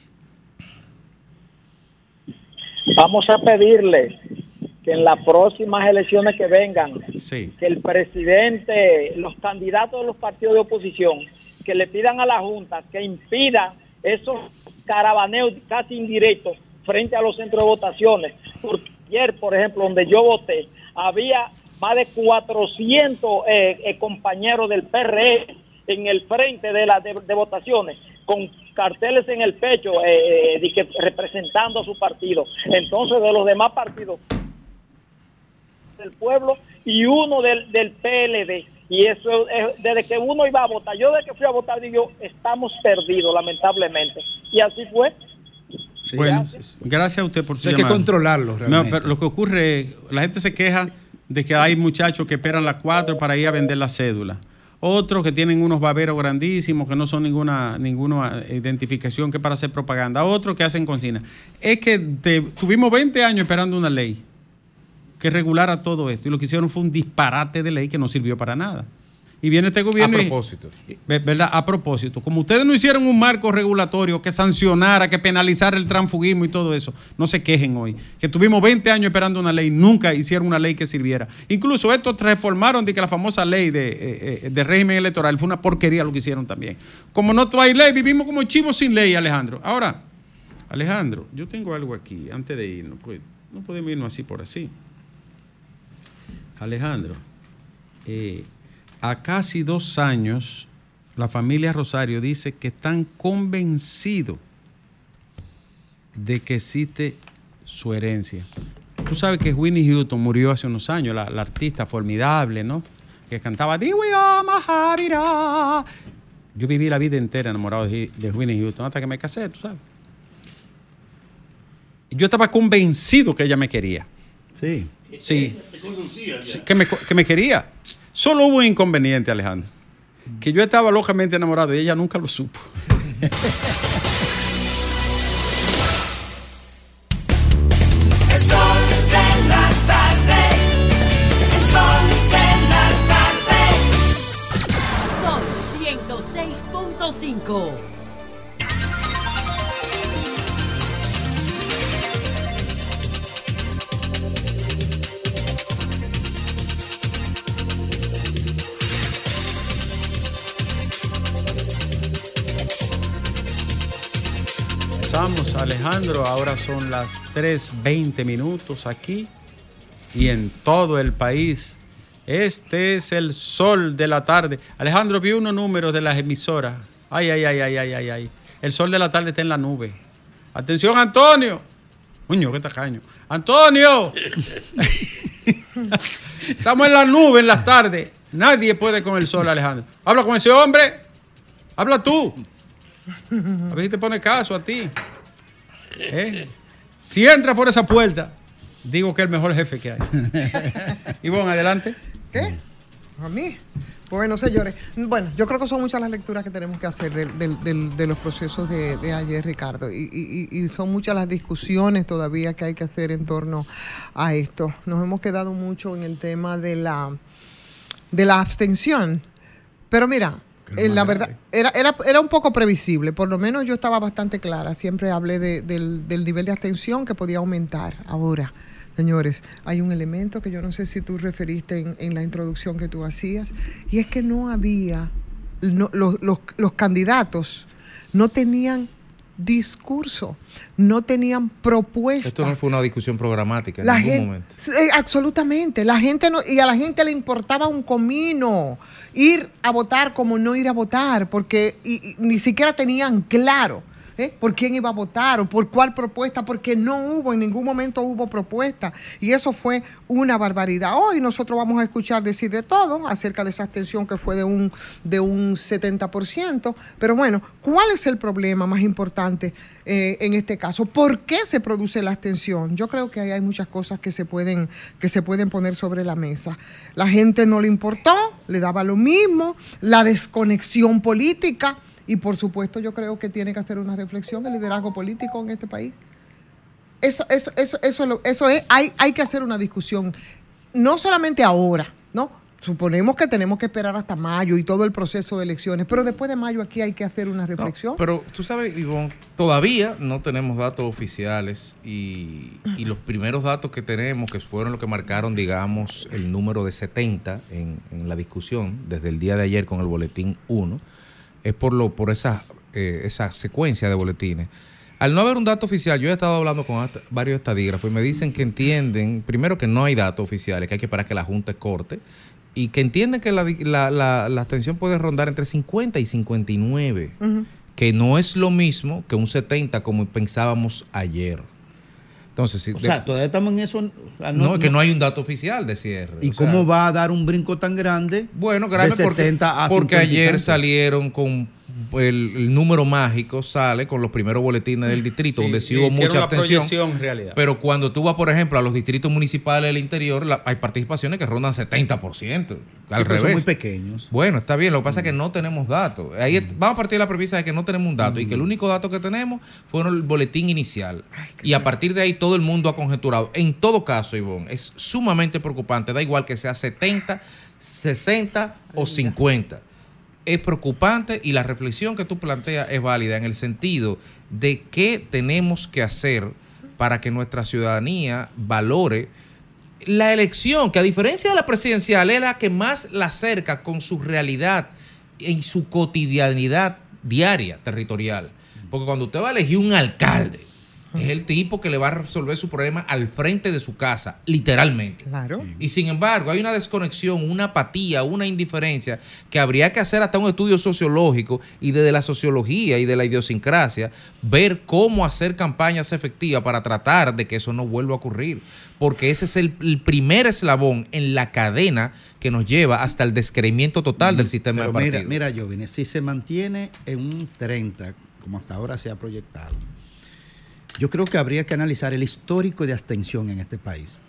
Vamos a pedirle que en las próximas elecciones que vengan, que el presidente, los candidatos de los partidos de oposición, que le pidan a la Junta que impida esos carabaneos casi indirectos frente a los centros de votaciones. Porque ayer, por ejemplo, donde yo voté, había más de 400 compañeros del PRE en el frente de votaciones, con carteles en el pecho representando a su partido. Entonces, de los demás partidos del pueblo y uno del PLD. Y eso es desde que uno iba a votar. Yo desde que fui a votar digo, estamos perdidos, lamentablemente. Y así fue. Sí, bueno, gracias a usted por su llamada. Hay que controlarlo realmente. No, pero lo que ocurre es, la gente se queja de que hay muchachos que esperan las 4 para ir a vender la cédula. Otros que tienen unos baberos grandísimos que no son ninguna identificación que para hacer propaganda. Otros que hacen consigna. Es que tuvimos 20 años esperando una ley que regulara todo esto y lo que hicieron fue un disparate de ley que no sirvió para nada. Y viene este gobierno ¿verdad? A propósito, como ustedes no hicieron un marco regulatorio que sancionara, que penalizara el transfugismo y todo eso, no se quejen hoy, que tuvimos 20 años esperando una ley, nunca hicieron una ley que sirviera. Incluso estos reformaron de que la famosa ley de régimen electoral fue una porquería lo que hicieron también. Como no hay ley, vivimos como chivos sin ley, Alejandro. Ahora, Alejandro, yo tengo algo aquí, antes de irnos, pues no podemos irnos así por así. Alejandro, a casi 2 años, la familia Rosario dice que están convencidos de que existe su herencia. Tú sabes que Whitney Houston murió hace unos años, la artista formidable, ¿no? Que cantaba Diwiya Mahavira. Yo viví la vida entera enamorado de Whitney Houston hasta que me casé, tú sabes. Yo estaba convencido que ella me quería. Sí. Sí, que me quería. Solo hubo un inconveniente, Alejandro, que yo estaba locamente enamorado y ella nunca lo supo. El sol de la tarde, el sol de la tarde. Sol 106.5. pasamos, Alejandro. Ahora son las 3:20 minutos aquí y en todo el país. Este es el sol de la tarde. Alejandro, vi unos números de las emisoras. Ay. El sol de la tarde está en la nube. Atención, Antonio. Coño, qué tacaño. ¡Antonio! Estamos en la nube en las tardes. Nadie puede con el sol, Alejandro. Habla con ese hombre. Habla tú. A ver si te pone caso a ti. Si entras por esa puerta, digo que es el mejor jefe que hay. Y bueno, adelante. ¿Qué? ¿A mí? Bueno, señores, yo creo que son muchas las lecturas que tenemos que hacer de los procesos de ayer, Ricardo, y son muchas las discusiones todavía que hay que hacer en torno a esto. Nos hemos quedado mucho en el tema de la abstención, pero mira, la verdad, era un poco previsible, por lo menos yo estaba bastante clara, siempre hablé del nivel de abstención que podía aumentar. Ahora, señores, hay un elemento que yo no sé si tú referiste en la introducción que tú hacías, y es que no había, los candidatos no tenían discurso, no tenían propuesta. Esto no fue una discusión programática en ningún momento. Absolutamente. La gente no, y a la gente le importaba un comino ir a votar como no ir a votar, porque ni siquiera tenían claro por quién iba a votar o por cuál propuesta, porque en ningún momento hubo propuesta, y eso fue una barbaridad. Hoy nosotros vamos a escuchar decir de todo acerca de esa abstención que fue de un 70%, pero bueno, ¿cuál es el problema más importante en este caso? ¿Por qué se produce la abstención? Yo creo que ahí hay muchas cosas que se pueden poner sobre la mesa. La gente no le importó, le daba lo mismo, la desconexión política. Y por supuesto yo creo que tiene que hacer una reflexión el liderazgo político en este país. Eso es, hay que hacer una discusión, no solamente ahora, ¿no? Suponemos que tenemos que esperar hasta mayo y todo el proceso de elecciones, pero después de mayo aquí hay que hacer una reflexión. No, pero tú sabes, Ivonne, todavía no tenemos datos oficiales y los primeros datos que tenemos, que fueron los que marcaron, digamos, el número de 70 en la discusión desde el día de ayer con el boletín 1, es por esa secuencia de boletines. Al no haber un dato oficial, yo he estado hablando con varios estadígrafos y me dicen que entienden, primero, que no hay datos oficiales, que hay que esperar que la Junta corte, y que entienden que la abstención puede rondar entre 50 y 59, que no es lo mismo que un 70 como pensábamos ayer. Entonces, todavía estamos en eso. No, que no hay un dato oficial de cierre. ¿Y cómo va a dar un brinco tan grande? Bueno, grave porque ayer salieron con el número mágico, sale con los primeros boletines del distrito, donde sí hubo mucha abstención. Pero cuando tú vas, por ejemplo, a los distritos municipales del interior, hay participaciones que rondan 70%. Al revés. Son muy pequeños. Bueno, está bien. Lo que pasa es que no tenemos datos. Ahí vamos a partir de la premisa de que no tenemos un dato y que el único dato que tenemos fue el boletín inicial. Y a partir de ahí todo el mundo ha conjeturado. En todo caso, Ivonne, es sumamente preocupante. Da igual que sea 70, 60 o 50. Es preocupante y la reflexión que tú planteas es válida en el sentido de qué tenemos que hacer para que nuestra ciudadanía valore la elección, que a diferencia de la presidencial es la que más la acerca con su realidad en su cotidianidad diaria territorial. Porque cuando usted va a elegir un alcalde, es el tipo que le va a resolver su problema al frente de su casa, literalmente. Claro. Y sin embargo, hay una desconexión, una apatía, una indiferencia que habría que hacer hasta un estudio sociológico y desde la sociología y de la idiosincrasia, ver cómo hacer campañas efectivas para tratar de que eso no vuelva a ocurrir. Porque ese es el primer eslabón en la cadena que nos lleva hasta el descreimiento total del sistema de partidos. Mira, Jovine, si se mantiene en un 30, como hasta ahora se ha proyectado, yo creo que habría que analizar el histórico de abstención en este país.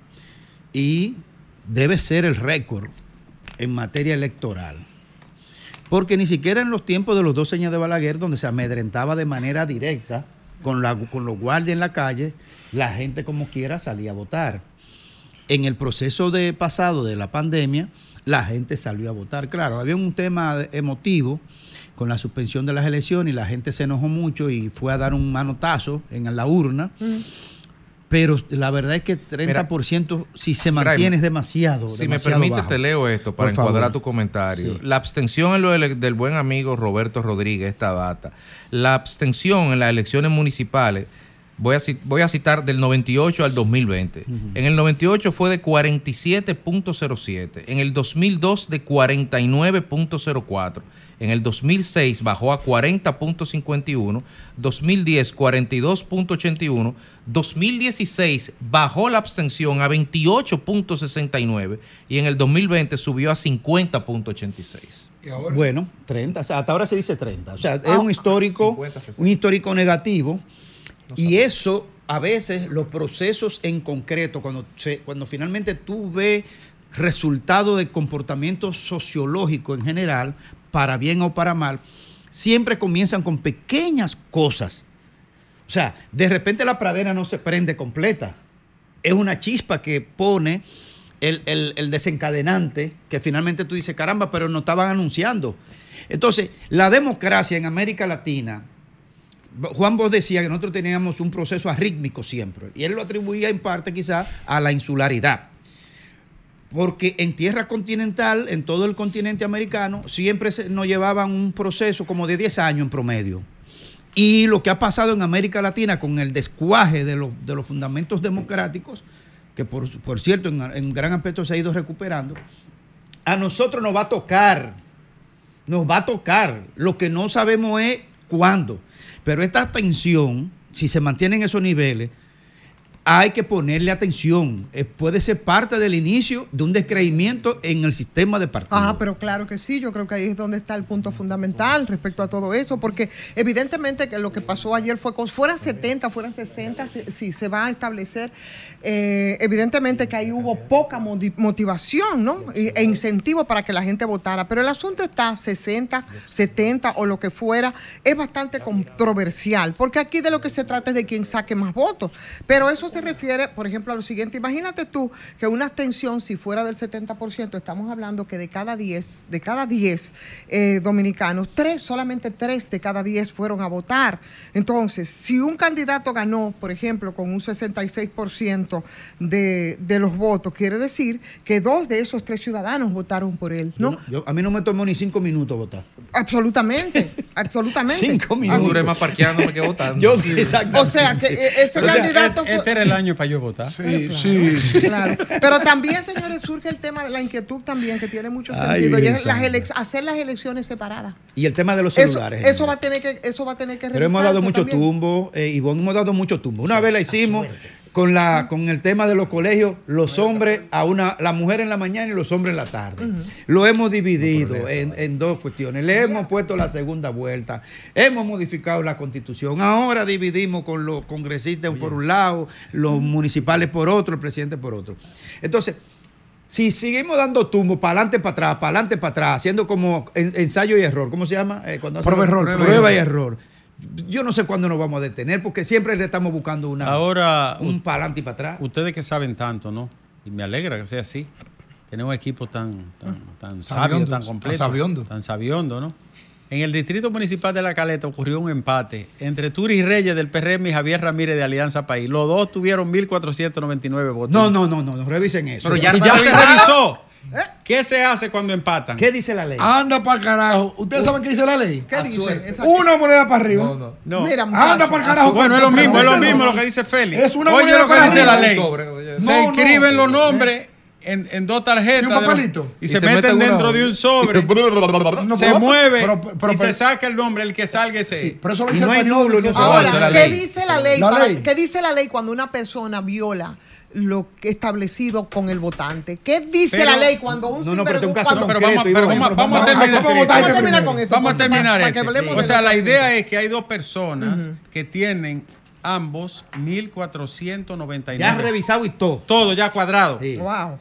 Y debe ser el récord en materia electoral. Porque ni siquiera en los tiempos de los 2 años de Balaguer, donde se amedrentaba de manera directa con los guardias en la calle, la gente como quiera salía a votar. En el proceso pasado de la pandemia, la gente salió a votar. Claro, había un tema emotivo con la suspensión de las elecciones y la gente se enojó mucho y fue a dar un manotazo en la urna. pero la verdad es que 30% si se mantiene es demasiado. Si demasiado me permite, bajo. te leo esto para Por favor. encuadrar tu comentario. Sí. La abstención en lo del buen amigo Roberto Rodríguez, esta data. La abstención en las elecciones municipales, voy a citar del 98 al 2020. En el 98 fue de 47.07. En el 2002 de 49.04. En el 2006 bajó a 40.51, 2010 42.81, 2016 bajó la abstención a 28.69 y en el 2020 subió a 50.86. Bueno, 30, o sea, hasta ahora se dice 30. O sea, es un histórico negativo y eso a veces los procesos en concreto, cuando finalmente tú ves resultado de comportamiento sociológico en general, para bien o para mal, siempre comienzan con pequeñas cosas. O sea, de repente la pradera no se prende completa. Es una chispa que pone el desencadenante, que finalmente tú dices, caramba, pero no estaban anunciando. Entonces, la democracia en América Latina, Juan Bosch decía que nosotros teníamos un proceso arrítmico siempre, y él lo atribuía en parte quizás a la insularidad. Porque en tierra continental, en todo el continente americano, siempre nos llevaban un proceso como de 10 años en promedio. Y lo que ha pasado en América Latina con el descuaje de los fundamentos democráticos, que por cierto en gran aspecto se ha ido recuperando, a nosotros nos va a tocar. Lo que no sabemos es cuándo. Pero esta tensión, si se mantiene en esos niveles, hay que ponerle atención. Puede ser parte del inicio de un descreimiento en el sistema de partidos. Pero claro que sí, yo creo que ahí es donde está el punto fundamental respecto a todo eso, porque evidentemente que lo que pasó ayer fue con fueran 70, fueran 60, si se va a establecer, evidentemente que ahí hubo poca motivación, ¿no? E incentivo para que la gente votara, pero el asunto está 60, 70 o lo que fuera, es bastante controversial, porque aquí de lo que se trata es de quién saque más votos, pero eso se refiere, por ejemplo, a lo siguiente. Imagínate tú que una abstención, si fuera del 70%, estamos hablando que de cada 10 dominicanos, solamente 3 de cada 10 fueron a votar. Entonces, si un candidato ganó, por ejemplo, con un 66% de los votos, quiere decir que 2 de esos 3 ciudadanos votaron por él, ¿no? A mí no me tomó ni 5 minutos votar. Absolutamente. 5 minutos. Duré más parqueándome que votando. O sea, que ese candidato fue... Este era el año para yo votar. Sí. Claro. Pero también, señores, surge el tema de la inquietud también, que tiene mucho sentido, y es hacer las elecciones separadas. Y el tema de los celulares. Eso va a tener que revisarse. Pero hemos dado mucho también. tumbo, Ivonne, hemos dado mucho tumbo. Una vez la hicimos con el tema de los colegios, los hombres la mujer en la mañana y los hombres en la tarde. Lo hemos dividido en 2 cuestiones. Le hemos puesto la segunda vuelta, hemos modificado la Constitución. Ahora dividimos con los congresistas por un lado, los municipales por otro, el presidente por otro. Entonces, si seguimos dando tumbo para adelante, para atrás, haciendo como ensayo y error, ¿cómo se llama? Prueba y error. Yo no sé cuándo nos vamos a detener, porque siempre le estamos buscando un para adelante y para atrás. Ustedes que saben tanto, ¿no? Y me alegra que sea así. Tener un equipo tan sabio, tan completo, tan sabiondo, ¿no? En el Distrito Municipal de La Caleta ocurrió un empate entre Turis Reyes del PRM y Javier Ramírez de Alianza País. Los dos tuvieron 1,499 votos. No, revisen eso. Pero ya se revisó. ¿Qué se hace cuando empatan? ¿Qué dice la ley? Anda para el carajo. ¿Ustedes saben qué dice la ley? ¿Qué dice? Una moneda para arriba. No. Mira, anda para el carajo. Bueno, es lo mismo lo que dice Félix. Es una Oye, moneda lo que para dice arriba. la ley. Se inscriben los nombres en 2 tarjetas. ¿Y un papelito? Y se meten dentro de un sobre. Se mueve y se saca el nombre, el que salga ese. Sí, pero eso lo Y no hay nulo. Ahora, ¿qué dice la ley? ¿Qué dice la ley cuando una persona viola lo que establecido con el votante? ¿Qué dice la ley cuando un vamos a terminar con esto. Vamos a terminar esto. O sea, la idea es que hay 2 personas que tienen ambos 1,499. Ya revisado y todo. Todo ya cuadrado. Sí. Wow.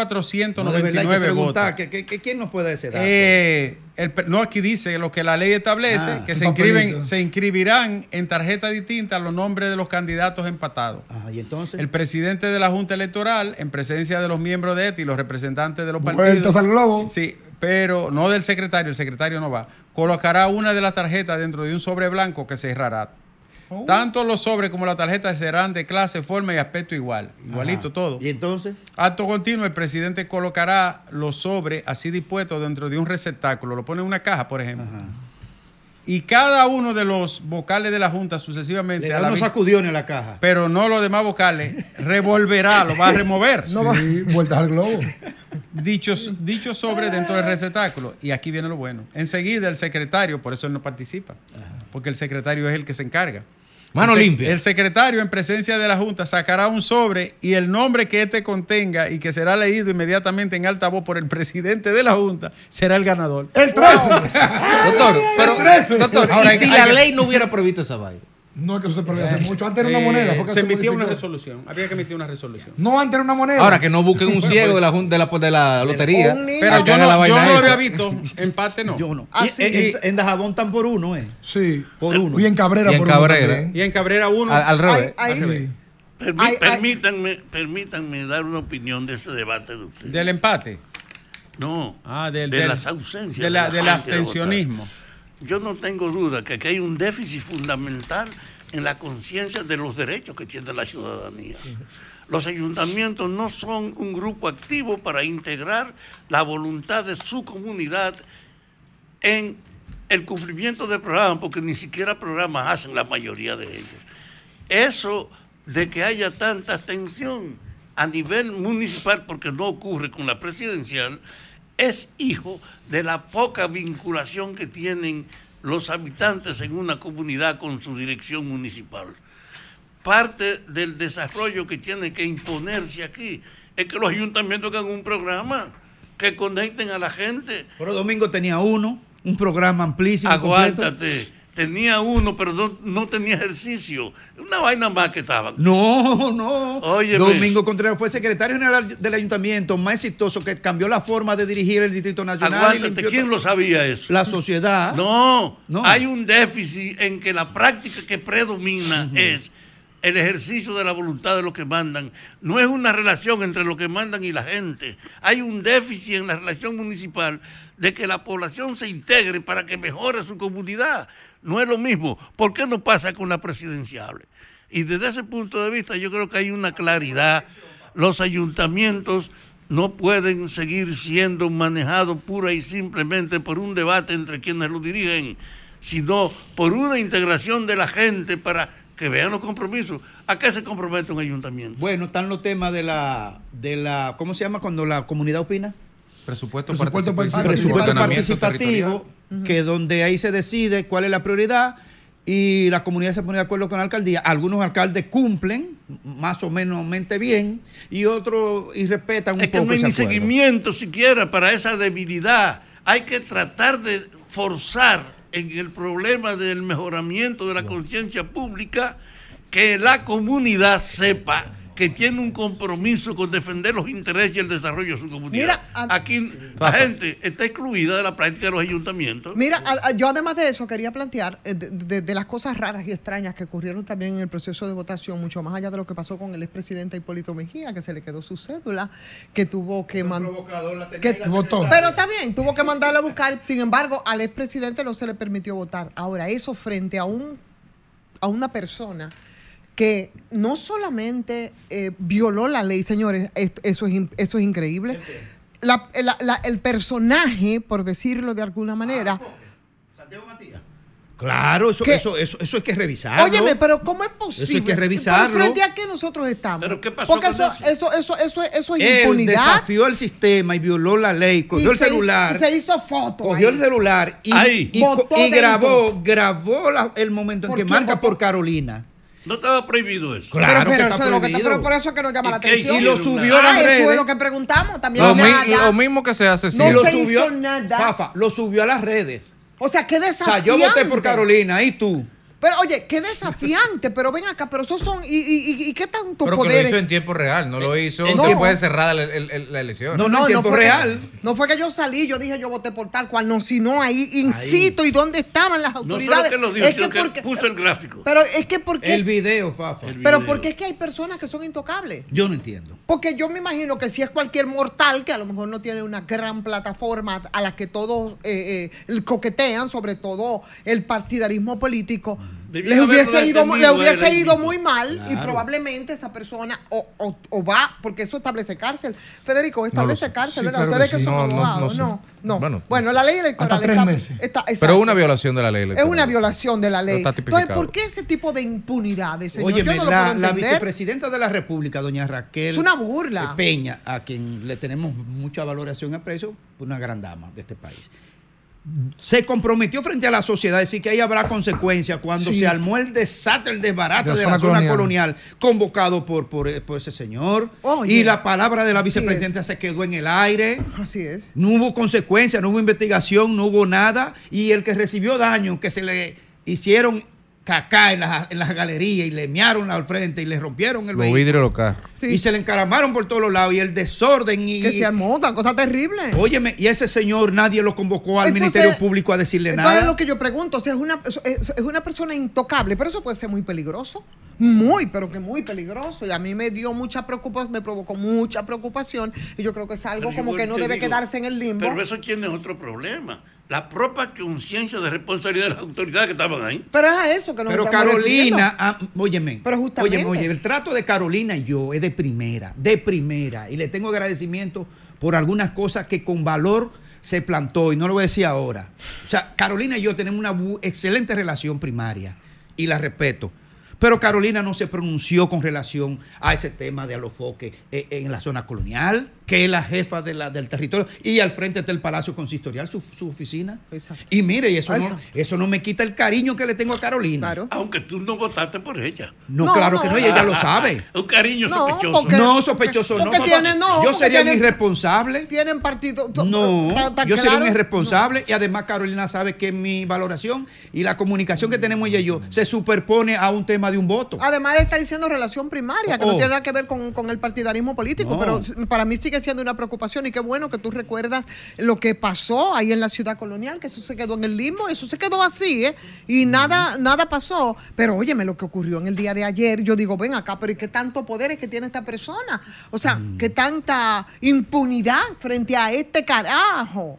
1,499 votos. ¿Quién nos puede decir dato? No, aquí dice lo que la ley establece, que se inscribirán en tarjetas distintas los nombres de los candidatos empatados. ¿Y entonces? El presidente de la Junta Electoral, en presencia de los miembros de ETA y los representantes de los partidos. Vueltas al globo. Sí, pero no del secretario, el secretario no va. Colocará una de las tarjetas dentro de un sobre blanco que cerrará. Tanto los sobres como las tarjetas serán de clase, forma y aspecto igual. Igualito Ajá. todo. ¿Y entonces? Acto continuo, el presidente colocará los sobres así dispuestos dentro de un receptáculo. Lo pone en una caja, por ejemplo. Ajá. Y cada uno de los vocales de la Junta sucesivamente... Le da unos sacudiones a la caja. Pero no los demás vocales. Revolverá, lo va a remover. Sí, vueltas al globo. Dicho sobre dentro del receptáculo. Y aquí viene lo bueno. Enseguida el secretario, por eso él no participa. Porque el secretario es el que se encarga. Mano limpia. El secretario, en presencia de la Junta, sacará un sobre y el nombre que éste contenga y que será leído inmediatamente en alta voz por el presidente de la Junta será el ganador. ¡El 13! Doctor, ahora, ¿y si la ley no hubiera prohibido esa vaina? No, es que eso se prohibió hace mucho. Antes era una moneda. Fue que Se emitía una modificó. resolución. Había que emitir una resolución. No, antes era una moneda. Ahora que no busquen un ciego de la lotería. Pero yo no lo había visto. Empate no. Yo no. Así. En Dajabón están por uno, ¿eh? Sí. Por uno. Y en Cabrera Y en por Cabrera. uno también. Y en Cabrera uno. Al revés. Ay, Al revés. Permítanme dar una opinión de ese debate de ustedes. Del empate. No, de las ausencias. del la gente de abstencionismo. votar. Yo no tengo duda que aquí hay un déficit fundamental en la conciencia de los derechos que tiene la ciudadanía. Los ayuntamientos no son un grupo activo para integrar la voluntad de su comunidad en el cumplimiento de programas, porque ni siquiera programas hacen la mayoría de ellos. Eso de que haya tanta abstención a nivel municipal, porque no ocurre con la presidencial, es hijo de la poca vinculación que tienen los habitantes en una comunidad con su dirección municipal. Parte del desarrollo que tiene que imponerse aquí es que los ayuntamientos hagan un programa que conecten a la gente. Pero Domingo tenía un programa amplísimo. Aguántate. Completo. Tenía uno, pero no tenía ejercicio. Una vaina más que estaba. No. Óyeme. Domingo Contreras fue secretario general del ayuntamiento más exitoso, que cambió la forma de dirigir el Distrito Nacional. Aguántate, ¿quién lo sabía eso? La sociedad. No, hay un déficit en que la práctica que predomina es el ejercicio de la voluntad de los que mandan. No es una relación entre los que mandan y la gente. Hay un déficit en la relación municipal de que la población se integre para que mejore su comunidad. No es lo mismo. ¿Por qué no pasa con la presidencial? Y desde ese punto de vista yo creo que hay una claridad. Los ayuntamientos no pueden seguir siendo manejados pura y simplemente por un debate entre quienes lo dirigen, sino por una integración de la gente para que vean los compromisos. ¿A qué se compromete un ayuntamiento? Bueno, están los temas de la ¿cómo se llama cuando la comunidad opina? Presupuesto participativo, que donde ahí se decide cuál es la prioridad y la comunidad se pone de acuerdo con la alcaldía. Algunos alcaldes cumplen más o menos bien y otros irrespetan un poco. Es que no hay ese ni acuerdo. seguimiento siquiera para esa debilidad. Hay que tratar de forzar en el problema del mejoramiento de la conciencia pública que la comunidad sepa que tiene un compromiso con defender los intereses y el desarrollo de su comunidad. Aquí la gente está excluida de la práctica de los ayuntamientos. Mira, yo además de eso quería plantear de las cosas raras y extrañas que ocurrieron también en el proceso de votación, mucho más allá de lo que pasó con el expresidente Hipólito Mejía, que se le quedó su cédula, que tuvo que mandar... Pero está bien, tuvo que mandarla a buscar. Sin embargo, al expresidente no se le permitió votar. Ahora, eso frente a una persona que no solamente violó la ley, señores, eso es increíble. El personaje, por decirlo de alguna manera. Santiago Matías. Claro, eso hay que revisarlo. Óyeme, pero ¿cómo es posible? Eso hay que revisarlo. ¿Pero frente a qué nosotros estamos? ¿Pero qué pasó porque con eso es Él impunidad. desafió el sistema y violó la ley, cogió el celular. Y se hizo foto. Cogió el celular y grabó el momento en que marca por Carolina. No estaba prohibido eso. Claro que está prohibido. Pero por eso es que nos llama la atención. Y lo subió a las redes. Eso es lo que preguntamos. También lo mismo que se hace no siempre. se hizo nada. Fafa, lo subió a las redes. O sea, qué desafiante. O sea, yo voté por Carolina, ¿y tú? Pero oye, qué desafiante, pero ven acá, pero esos son, ¿y qué tanto pero poderes? Que lo hizo en tiempo real, no lo hizo no. después de cerrada la elección. No, en tiempo real. No fue que yo salí, yo dije yo voté por tal cual, no, sino ahí in situ, y dónde estaban las autoridades. No solo que lo dijo, sino que puso el gráfico. Pero es que porque... El video, Fafa. Pero porque es que hay personas que son intocables. Yo no entiendo. Porque yo me imagino que si es cualquier mortal que a lo mejor no tiene una gran plataforma a la que todos coquetean, sobre todo el partidarismo político, le hubiese ido muy mal, y probablemente esa persona o va, porque eso establece cárcel. Federico, establece cárcel, ¿verdad? Ustedes que son abogados. No. Bueno, la ley electoral hasta 3 meses. Pero es una violación de la ley electoral. Es una violación de la ley. Está Entonces, ¿por qué ese tipo de impunidades, señor? Óyeme, Yo no lo puedo la entender. vicepresidenta de la República, doña Raquel Es una burla. Peña, a quien le tenemos mucha valoración y aprecio, una gran dama de este país, se comprometió frente a la sociedad a decir que ahí habrá consecuencias cuando se armó el desastre, el desbarate de la zona colonial convocado por ese señor. Oye, y la palabra de la vicepresidenta se quedó en el aire. Así es. No hubo consecuencias, no hubo investigación, no hubo nada. Y el que recibió daño, que se le hicieron cacá en las galerías y le mearon al frente y le rompieron el vehículo. vidrios de los carros. Y se le encaramaron por todos los lados y el desorden. Que se armó, una cosa terrible. Óyeme, y ese señor nadie lo convocó al Ministerio Público a decirle nada. Entonces, lo que yo pregunto, o sea, es una persona intocable, pero eso puede ser muy peligroso. Muy, pero que muy peligroso. Y a mí me dio mucha preocupación, me provocó mucha preocupación. Y yo creo que es algo Pero como que no debe quedarse en el limbo. Pero eso tiene otro problema. La propia conciencia de responsabilidad de las autoridades que estaban ahí. Pero es a eso que nos Pero estamos Carolina, óyeme, Pero justamente. óyeme, el trato de Carolina y yo es de primera. Y le tengo agradecimiento por algunas cosas que con valor se plantó, y no lo voy a decir ahora. O sea, Carolina y yo tenemos una excelente relación primaria y la respeto. Pero Carolina no se pronunció con relación a ese tema de Alofoque en la zona colonial, que es la jefa del territorio, y al frente del Palacio Consistorial, su oficina. Exacto. Y mire, y eso no me quita el cariño que le tengo a Carolina. Claro. Aunque tú no votaste por ella. No, claro que no, y ella lo sabe. Un cariño No, sospechoso. porque- No, sospechoso no. porque papá. tienen- no, Yo porque sería un tienen- irresponsable. Tienen partido. No, ¿Está yo sería un claro? irresponsable, y además Carolina sabe que mi valoración y la comunicación que tenemos ella y yo se superpone a un tema de un voto. Además, él está diciendo relación primaria, que no tiene nada que ver con el partidarismo político, No. pero para mí sigue siendo una preocupación, y qué bueno que tú recuerdas lo que pasó ahí en la ciudad colonial, que eso se quedó en el limbo, eso se quedó así, y nada pasó. Pero óyeme, lo que ocurrió en el día de ayer, yo digo, ven acá, pero ¿y qué tanto poder es que tiene esta persona? O sea, ¿qué tanta impunidad frente a este carajo?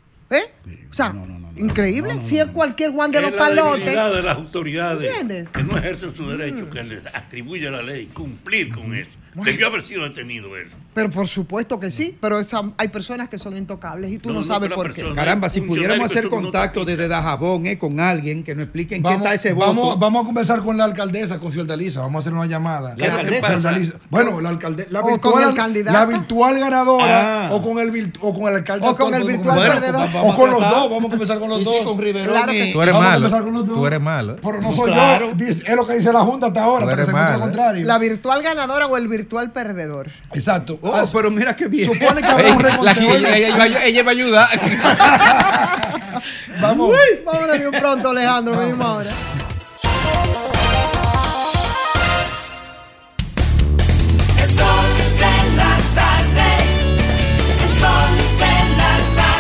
O sea, increíble. Si es cualquier Juan de Es los la palotes. debilidad de las autoridades ¿Entiendes? que no ejercen su derecho, que les atribuye la ley, cumplir con eso. Debió haber sido detenido él. Pero por supuesto que sí, pero hay personas que son intocables y tú no sabes por qué. Caramba, si pudiéramos hacer contacto desde Dajabón con alguien que nos explique en qué está ese voto. Vamos a conversar con la alcaldesa, con Fiordalisa. Vamos a hacer una llamada. ¿La alcaldesa? Fiordalisa. Bueno, la alcaldesa. O con el candidato. La virtual ganadora, Ah. o con el alcalde. O con el actual, virtual podemos perdedor. conversar. O con los dos, vamos a conversar con los dos. Con Riverón Claro que y- sí. Tú eres Vamos a malo. empezar con los dos. Tú eres malo. Pero no soy Claro. yo. Es lo que dice la Junta hasta ahora, Tú hasta que eres se encuentre lo malo. contrario. La virtual ganadora o el virtual perdedor. Exacto. Oh, pero mira qué bien. Supone que habrá un reconteo. Ella va a ayudar. Vamos. Vámonos de un pronto, Alejandro. Venimos ahora. El sol de la tarde. El sol de la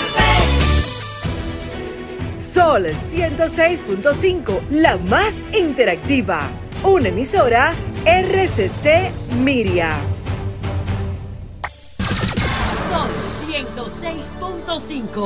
tarde. Sol 106.5, la más interactiva. Una emisora RCC Miria. Sol 106.5.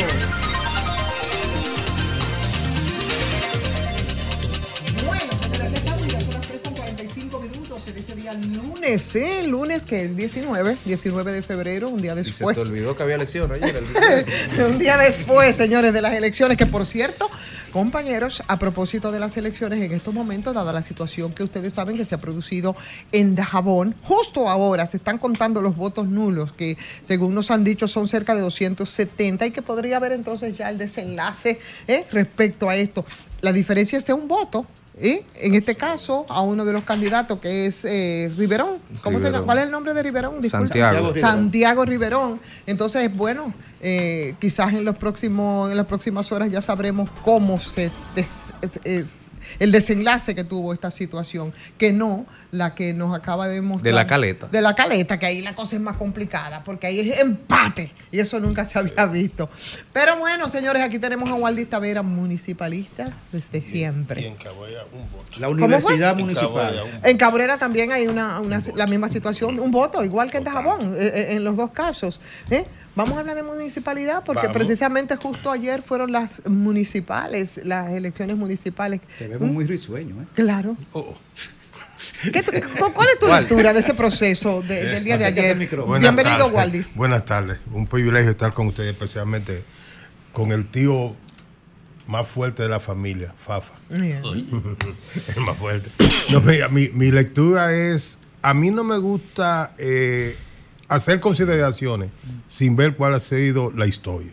Bueno, señora, ya estamos, ya son las 3:45 en este día lunes, lunes que es 19 de febrero, un día Y se después. te olvidó que había elección ayer. el Un día después, señores, de las elecciones, que por cierto, compañeros, a propósito de las elecciones, en estos momentos, dada la situación que ustedes saben que se ha producido en Dajabón, justo ahora se están contando los votos nulos, que según nos han dicho son cerca de 270, y que podría haber entonces ya el desenlace respecto a esto. La diferencia es de un voto. En este caso, a uno de los candidatos que es Riverón. ¿Cómo se llama? ¿Cuál es el nombre de Riverón? Disculpe. Santiago Riverón. Entonces, bueno, quizás en las próximas horas ya sabremos cómo el desenlace que tuvo esta situación, que no la que nos acaba de mostrar. De la Caleta. De la Caleta, que ahí la cosa es más complicada, porque ahí es empate, y eso nunca se había visto. Pero bueno, señores, aquí tenemos a Waldy Tavera, municipalista desde siempre. Y en Cabrera, un voto. La universidad ¿Cómo fue? municipal. En Cabrera también hay la misma situación, un voto, igual que en Dajabón, en los dos casos. Vamos a hablar de municipalidad porque Vamos. precisamente justo ayer fueron las municipales, las elecciones municipales. Te vemos muy risueño, ¿eh? Claro. Oh. ¿Cuál es tu lectura de ese proceso del día de ayer? Bienvenido, tardes. Waldis. Buenas tardes. Un privilegio estar con ustedes, especialmente con el tío más fuerte de la familia, Fafa. Yeah. El más fuerte. No, mira, mi lectura es, a mí no me gusta hacer consideraciones sin ver cuál ha sido la historia.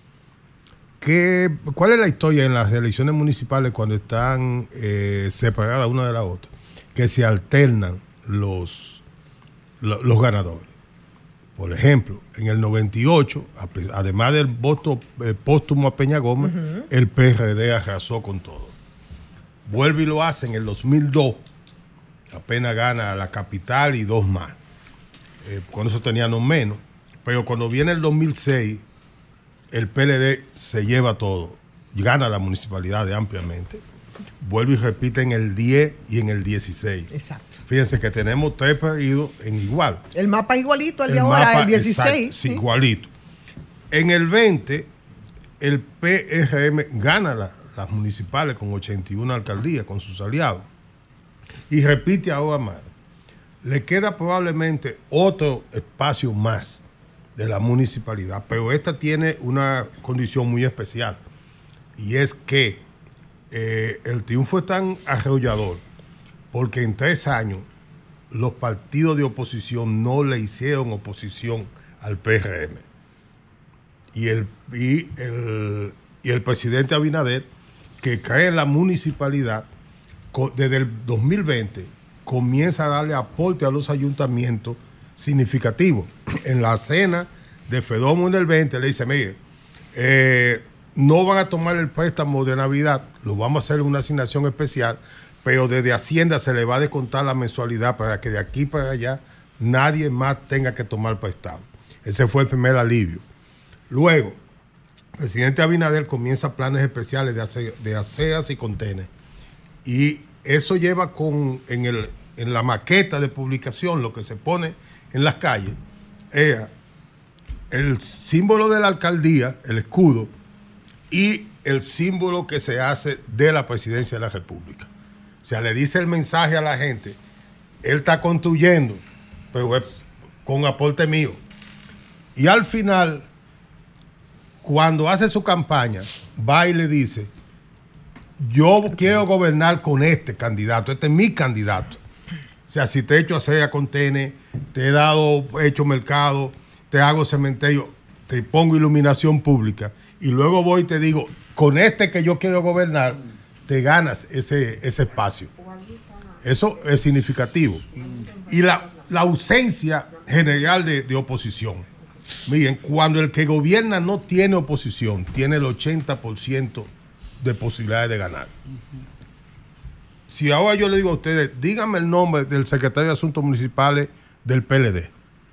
¿Cuál es la historia en las elecciones municipales cuando están separadas una de la otra? Que se alternan los ganadores. Por ejemplo, en el 98, además del voto póstumo a Peña Gómez, el PRD arrasó con todo. Vuelve y lo hace en el 2002, apenas gana la capital y 2 más. Con eso tenían menos. Pero cuando viene el 2006, el PLD se lleva todo, gana la municipalidad ampliamente. Vuelve y repite en el 10 y en el 16. Exacto. Fíjense que tenemos 3 periodos en igual. El mapa igualito al de ahora, el 16. Exacto, sí, igualito. En el 20, el PRM gana las municipales con 81 alcaldías, con sus aliados. Y repite ahora más. Le queda probablemente otro espacio más de la municipalidad, pero esta tiene una condición muy especial. Y es que el triunfo es tan arrollador porque en 3 años los partidos de oposición no le hicieron oposición al PRM. Y el presidente Abinader, que cree en la municipalidad, desde el 2020 comienza a darle aporte a los ayuntamientos significativos. En la cena de Fedomo en el 20 le dice, mire, no van a tomar el préstamo de Navidad, lo vamos a hacer una asignación especial, pero desde Hacienda se le va a descontar la mensualidad para que de aquí para allá nadie más tenga que tomar prestado. Ese fue el primer alivio. Luego, el presidente Abinader comienza planes especiales de aceras y contenes. Y eso lleva en la maqueta de publicación, lo que se pone en las calles, el símbolo de la alcaldía, el escudo, y el símbolo que se hace de la presidencia de la República. O sea, le dice el mensaje a la gente, él está construyendo, pero es con aporte mío. Y al final, cuando hace su campaña, va y le dice, yo quiero gobernar con este candidato, este es mi candidato. O sea, si te he hecho hacer contener, te he hecho mercado, te hago cementerio, te pongo iluminación pública, y luego voy y te digo, con este que yo quiero gobernar, te ganas ese espacio. Eso es significativo. Y la ausencia general de oposición. Miren, cuando el que gobierna no tiene oposición, tiene el 80% de posibilidades de ganar. Si ahora yo le digo a ustedes, díganme el nombre del secretario de Asuntos Municipales del PLD.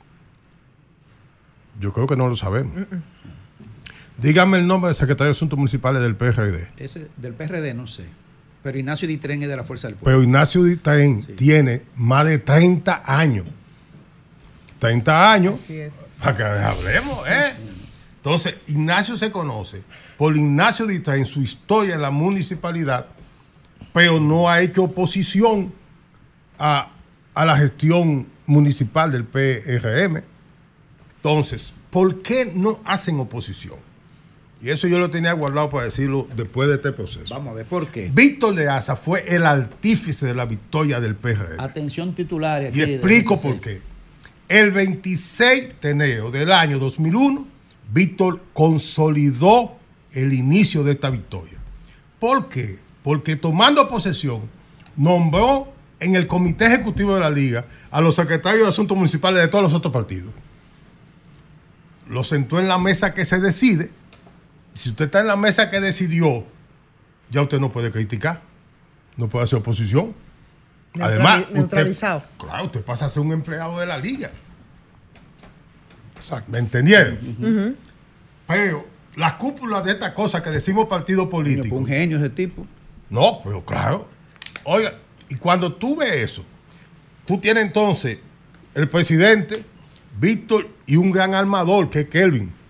Yo creo que no lo sabemos. Díganme el nombre del secretario de Asuntos Municipales del PRD. Ese del PRD no sé. Pero Ignacio Ditren es de la Fuerza del Pueblo. Pero Ignacio Ditren tiene más de 30 años. 30 años. Así es. Para que hablemos, Entonces, Ignacio se conoce por Ignacio Ditren, su historia en la municipalidad, pero no ha hecho oposición a la gestión municipal del PRM. Entonces, ¿por qué no hacen oposición? Y eso yo lo tenía guardado para decirlo después de este proceso. Vamos a ver, ¿por qué? Víctor Leaza fue el artífice de la victoria del PRM. Atención titular. Y explico por qué. El 26 de enero del año 2001, Víctor consolidó el inicio de esta victoria. ¿Por qué? Porque tomando posesión, nombró en el comité ejecutivo de la Liga a los secretarios de Asuntos Municipales de todos los otros partidos. Lo sentó en la mesa que se decide. Si usted está en la mesa que decidió, ya usted no puede criticar, no puede hacer oposición. Además, neutralizado. Usted pasa a ser un empleado de la Liga. Exacto. ¿Me entendieron? Pero las cúpulas de estas cosas que decimos partido político. Un genio ese tipo. No, pero claro. Oiga, y cuando tú ves eso, tú tienes entonces el presidente, Víctor, y un gran armador que es Kelvin.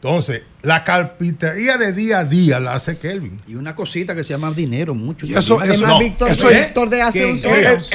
Entonces, la carpintería de día a día la hace Kelvin. Y una cosita que se llama dinero, mucho. Y además, Víctor de hace un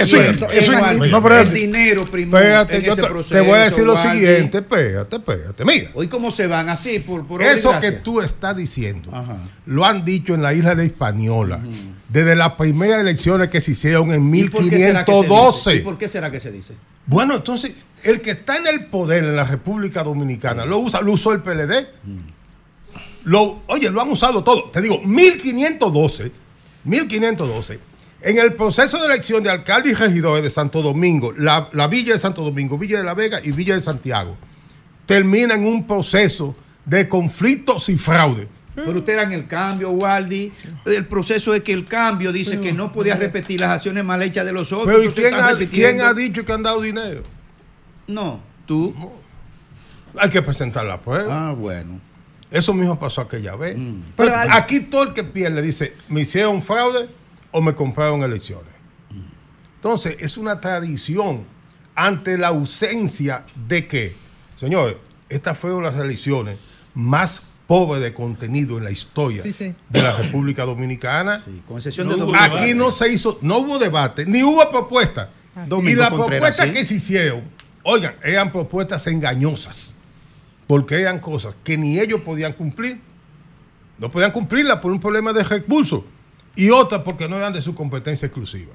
el dinero primero. Espérate, yo te voy a decir lo siguiente. Espérate. Mira. Hoy cómo se van así por eso desgracia. que tú estás diciendo, lo han dicho en la isla de Hispaniola, desde las primeras elecciones que se hicieron en 1512. ¿Y por qué será que se dice? Bueno, entonces, el que está en el poder en la República Dominicana, lo usó el PLD. Lo han usado todo. Te digo, 1512, en el proceso de elección de alcalde y regidores de Santo Domingo, la Villa de Santo Domingo, Villa de la Vega y Villa de Santiago, termina en un proceso de conflictos y fraude. Pero usted era en el cambio, Waldi. El proceso es que el cambio dice que no podía repetir las acciones mal hechas de los otros. Pero ¿y quién ha dicho que han dado dinero? No, tú. No. Hay que presentar la prueba. Bueno. Eso mismo pasó aquella vez. Pero aquí todo el que pierde dice, me hicieron fraude o me compraron elecciones. Entonces, es una tradición ante la ausencia de que, señores, estas fueron las elecciones más pobres de contenido en la historia de la República Dominicana. Con excepción de aquí no se hizo, no hubo debate, ni hubo propuesta. Y las propuestas que se hicieron, oigan, eran propuestas engañosas. Porque eran cosas que ni ellos podían cumplir. No podían cumplirlas por un problema de recursos. Y otras porque no eran de su competencia exclusiva.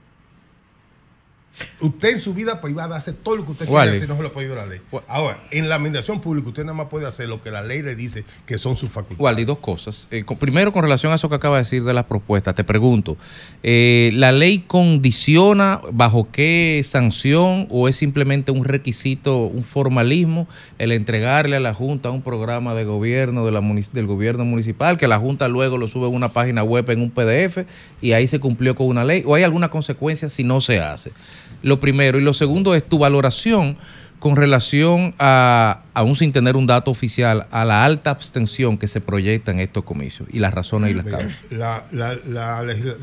Usted en su vida privada hace todo lo que usted quiera si no se lo prohíbe la ley. Ahora, en la administración pública usted nada más puede hacer lo que la ley le dice que son sus facultades. Waldi, dos cosas. Primero, con relación a eso que acaba de decir de las propuestas, te pregunto, ¿la ley condiciona bajo qué sanción o es simplemente un requisito, un formalismo, el entregarle a la Junta un programa de gobierno del gobierno municipal, que la Junta luego lo sube a una página web en un PDF y ahí se cumplió con una ley? ¿O hay alguna consecuencia si no se hace? Lo primero. Y lo segundo es tu valoración con relación a aún sin tener un dato oficial, a la alta abstención que se proyecta en estos comicios y las razones y las causas. La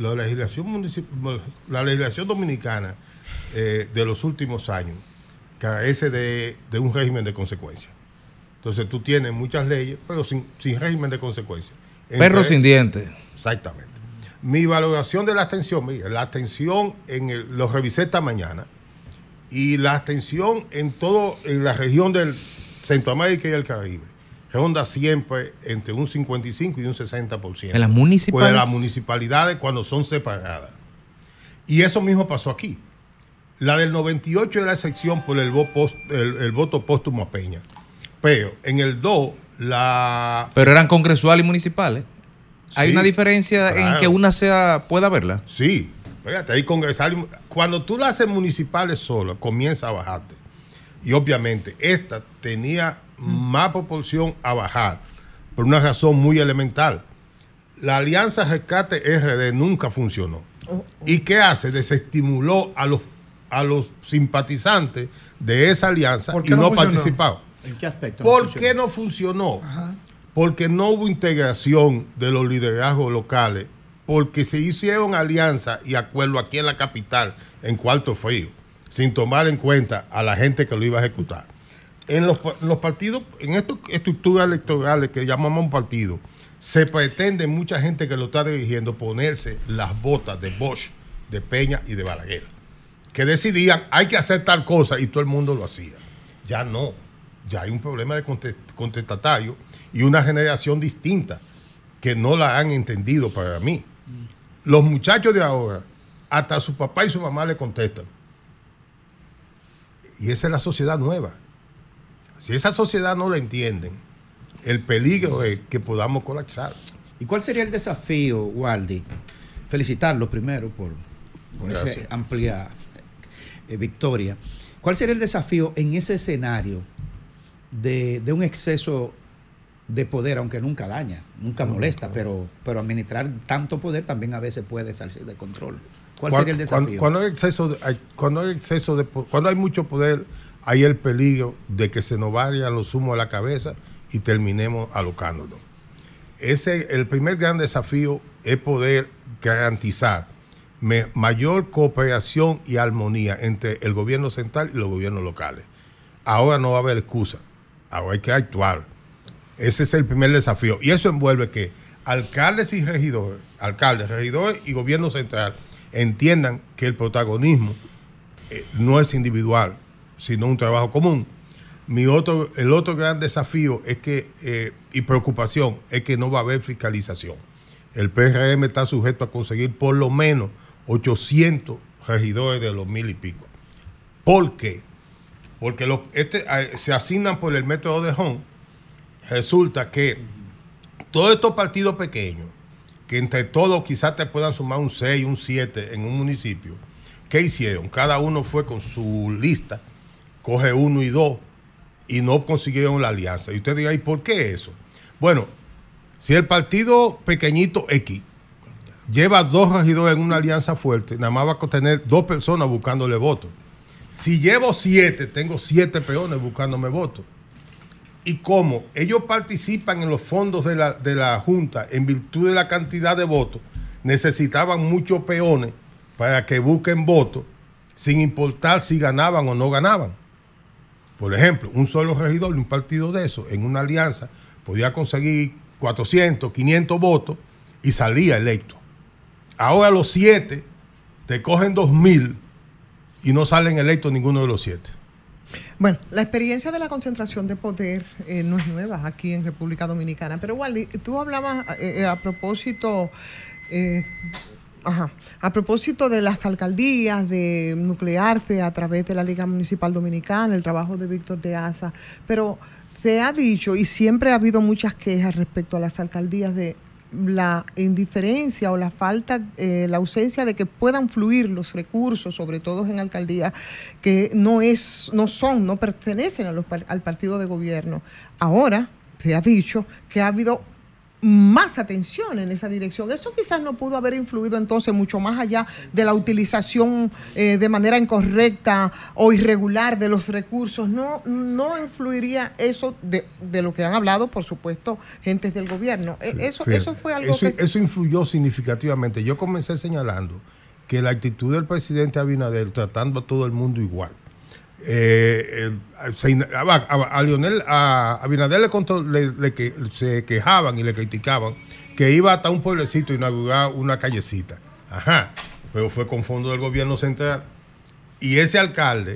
legislación dominicana de los últimos años carece de un régimen de consecuencias. Entonces tú tienes muchas leyes, pero sin régimen de consecuencias. Perro sin dientes. Exactamente. Mi valoración de la abstención, mira, la abstención lo revisé esta mañana, y la abstención en la región del Centroamérica y el Caribe ronda siempre entre un 55 y un 60%. ¿En las municipalidades? Pues de las municipalidades cuando son separadas. Y eso mismo pasó aquí. La del 98 es la excepción por el voto póstumo a Peña. Pero en el 2, Pero eran congresuales y municipales. ¿Hay una diferencia en que una pueda verla? Sí, fíjate, hay congresal. Cuando tú la haces municipales sola, comienza a bajarte. Y obviamente, esta tenía más proporción a bajar, por una razón muy elemental. La alianza Rescate RD nunca funcionó. ¿Y qué hace? Desestimuló a los simpatizantes de esa alianza y no participaron. ¿En qué aspecto? ¿Por qué no funcionó? Porque no hubo integración de los liderazgos locales, porque se hicieron alianzas y acuerdos aquí en la capital, en Cuarto Frío, sin tomar en cuenta a la gente que lo iba a ejecutar. En los partidos, en estas estructuras electorales que llamamos un partido, se pretende mucha gente que lo está dirigiendo ponerse las botas de Bosch, de Peña y de Balaguer, que decidían, hay que hacer tal cosa, y todo el mundo lo hacía. Ya no, ya hay un problema de contestatario y una generación distinta que no la han entendido para mí. Los muchachos de ahora, hasta su papá y su mamá le contestan. Y esa es la sociedad nueva. Si esa sociedad no la entienden, el peligro es que podamos colapsar. ¿Y cuál sería el desafío, Waldi? Felicitarlo primero por esa amplia victoria. ¿Cuál sería el desafío en ese escenario de un exceso de poder, aunque nunca daña, nunca molesta, pero administrar tanto poder también a veces puede salir de control? ¿Cuál sería el desafío? Cuando hay mucho poder, hay el peligro de que se nos vayan los humos a la cabeza y terminemos alocándonos. El primer gran desafío es poder garantizar mayor cooperación y armonía entre el gobierno central y los gobiernos locales. Ahora no va a haber excusa, ahora hay que actuar. Ese es el primer desafío. Y eso envuelve que alcaldes, regidores y gobierno central entiendan que el protagonismo no es individual, sino un trabajo común. El otro gran desafío es que, y preocupación, es que no va a haber fiscalización. El PRM está sujeto a conseguir por lo menos 800 regidores de los 1000 y pico. ¿Por qué? Porque se asignan por el método de Home. Resulta que todos estos partidos pequeños, que entre todos quizás te puedan sumar un 6, un 7 en un municipio, ¿qué hicieron? Cada uno fue con su lista, coge 1 y 2, y no consiguieron la alianza. Y usted diga, ¿y por qué eso? Bueno, si el partido pequeñito X lleva 2 regidores en una alianza fuerte, nada más va a tener 2 personas buscándole votos. Si llevo 7, tengo 7 peones buscándome votos. Y como ellos participan en los fondos de la Junta en virtud de la cantidad de votos, necesitaban muchos peones para que busquen votos sin importar si ganaban o no ganaban. Por ejemplo, un solo regidor de un partido de eso, en una alianza, podía conseguir 400, 500 votos y salía electo. Ahora los 7 te cogen 2000 y no salen electos ninguno de los 7. Bueno, la experiencia de la concentración de poder no es nueva aquí en República Dominicana, pero Wally, tú hablabas a propósito de las alcaldías, de nuclearse a través de la Liga Municipal Dominicana, el trabajo de Víctor de Asa, pero se ha dicho y siempre ha habido muchas quejas respecto a las alcaldías de la indiferencia o la falta, la ausencia de que puedan fluir los recursos, sobre todo en alcaldías que no pertenecen al partido de gobierno. Ahora se ha dicho que ha habido más atención en esa dirección. Eso quizás no pudo haber influido entonces mucho más allá de la utilización de manera incorrecta o irregular de los recursos. No influiría eso de lo que han hablado, por supuesto, gentes del gobierno. Eso fue algo Eso influyó significativamente. Yo comencé señalando que la actitud del presidente Abinader tratando a todo el mundo igual. A Abinader se quejaban y le criticaban que iba hasta un pueblecito a inaugurar una callecita. Pero fue con fondo del gobierno central. Y ese alcalde,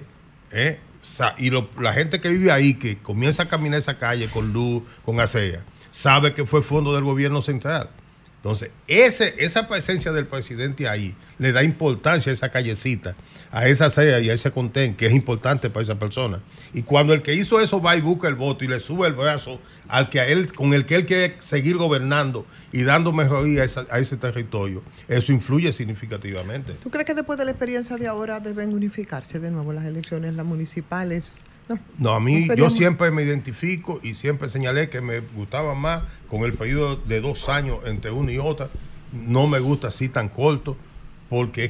la gente que vive ahí, que comienza a caminar esa calle con luz, con acera, sabe que fue fondo del gobierno central. Entonces, esa presencia del presidente ahí le da importancia a esa callecita, a esa acera y a ese contén, que es importante para esa persona. Y cuando el que hizo eso va y busca el voto y le sube el brazo con el que él quiere seguir gobernando y dando mejoría a ese territorio, eso influye significativamente. ¿Tú crees que después de la experiencia de ahora deben unificarse de nuevo las elecciones, las municipales? No, a mí yo siempre me identifico y siempre señalé que me gustaba más con el periodo de 2 años entre una y otra. No me gusta así tan corto, porque es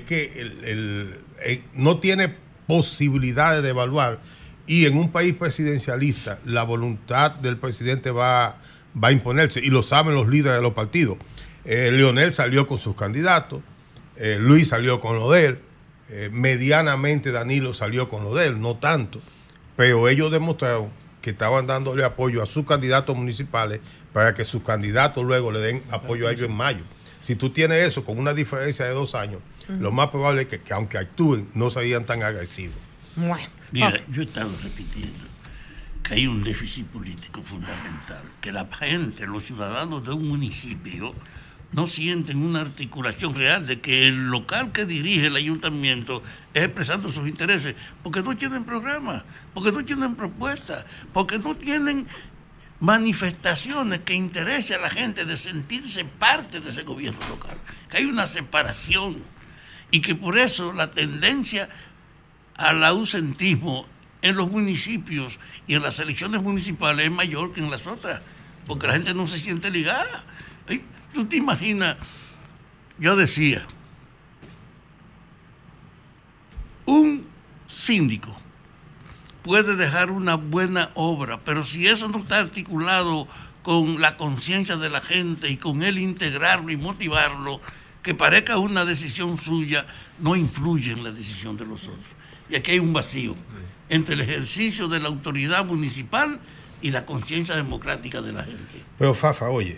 que no tiene posibilidades de evaluar. Y en un país presidencialista, la voluntad del presidente va a imponerse, y lo saben los líderes de los partidos. Leonel salió con sus candidatos, Luis salió con lo de él, medianamente Danilo salió con lo de él, no tanto. Pero ellos demostraron que estaban dándole apoyo a sus candidatos municipales para que sus candidatos luego le den apoyo a ellos en mayo. Si tú tienes eso con una diferencia de 2 años, lo más probable es que aunque actúen, no serían tan agresivos. Mira, yo he estado repitiendo que hay un déficit político fundamental, que la gente, los ciudadanos de un municipio, no sienten una articulación real de que el local que dirige el ayuntamiento es expresando sus intereses, porque no tienen programa, porque no tienen propuestas, porque no tienen manifestaciones que interesen a la gente de sentirse parte de ese gobierno local, que hay una separación y que por eso la tendencia al ausentismo en los municipios y en las elecciones municipales es mayor que en las otras, porque la gente no se siente ligada. ¿Tú te imaginas? Yo decía, un síndico puede dejar una buena obra, pero si eso no está articulado con la conciencia de la gente y con él integrarlo y motivarlo, que parezca una decisión suya, no influye en la decisión de los otros. Y aquí hay un vacío entre el ejercicio de la autoridad municipal y la conciencia democrática de la gente. Pero Fafa, oye,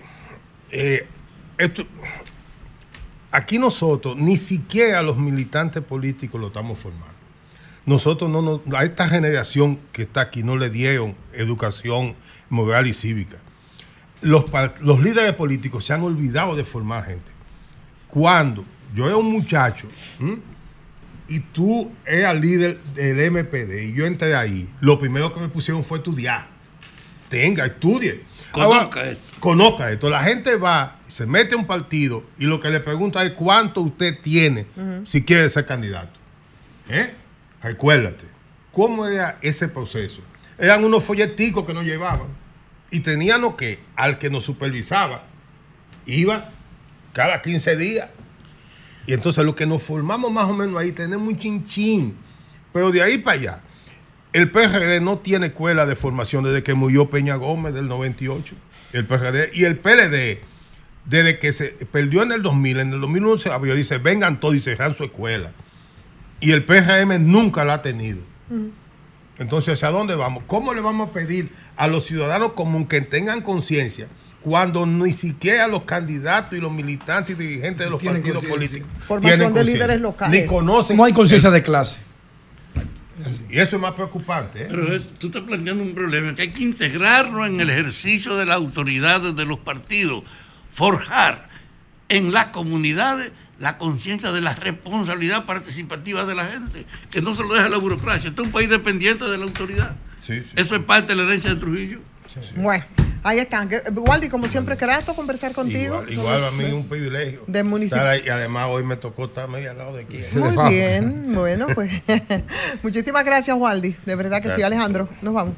aquí nosotros ni siquiera los militantes políticos lo estamos formando. Nosotros a esta generación que está aquí no le dieron educación moral y cívica. Los líderes políticos se han olvidado de formar gente. Cuando yo era un muchacho y tú eras líder del MPD y yo entré ahí, lo primero que me pusieron fue estudiar. Estudie. Conozca esto. La gente va, se mete a un partido y lo que le pregunta es cuánto usted tiene si quiere ser candidato. Recuérdate, ¿cómo era ese proceso? Eran unos folleticos que nos llevaban y teníamos que, al que nos supervisaba, iba cada 15 días. Y entonces lo que nos formamos más o menos ahí, tenemos un chinchín. Pero de ahí para allá, el PRD no tiene escuela de formación desde que murió Peña Gómez del 98. El PRD y el PLD, desde que se perdió en el 2000, en el 2001 se abrió, dice, vengan todos y cerran su escuela. Y el PRM nunca la ha tenido. Entonces, ¿hacia dónde vamos? ¿Cómo le vamos a pedir a los ciudadanos comunes que tengan conciencia cuando ni siquiera los candidatos y los militantes y dirigentes de los partidos políticos formación de líderes locales? Ni conocen. No hay conciencia de clase. Y eso es más preocupante. Pero tú estás planteando un problema que hay que integrarlo en el ejercicio de las autoridades de los partidos, forjar en las comunidades la conciencia de la responsabilidad participativa de la gente, que no se lo deja a la burocracia. Este es un país dependiente de la autoridad. Eso es parte de la herencia de Trujillo. Bueno, ahí están. Waldy, como siempre, grato conversar contigo. Igual a mí es un privilegio del municipio. Estar ahí, y además hoy me tocó estar medio al lado de aquí. Muy bien, bueno, pues muchísimas gracias, Waldy. De verdad que sí, Alejandro. Nos vamos.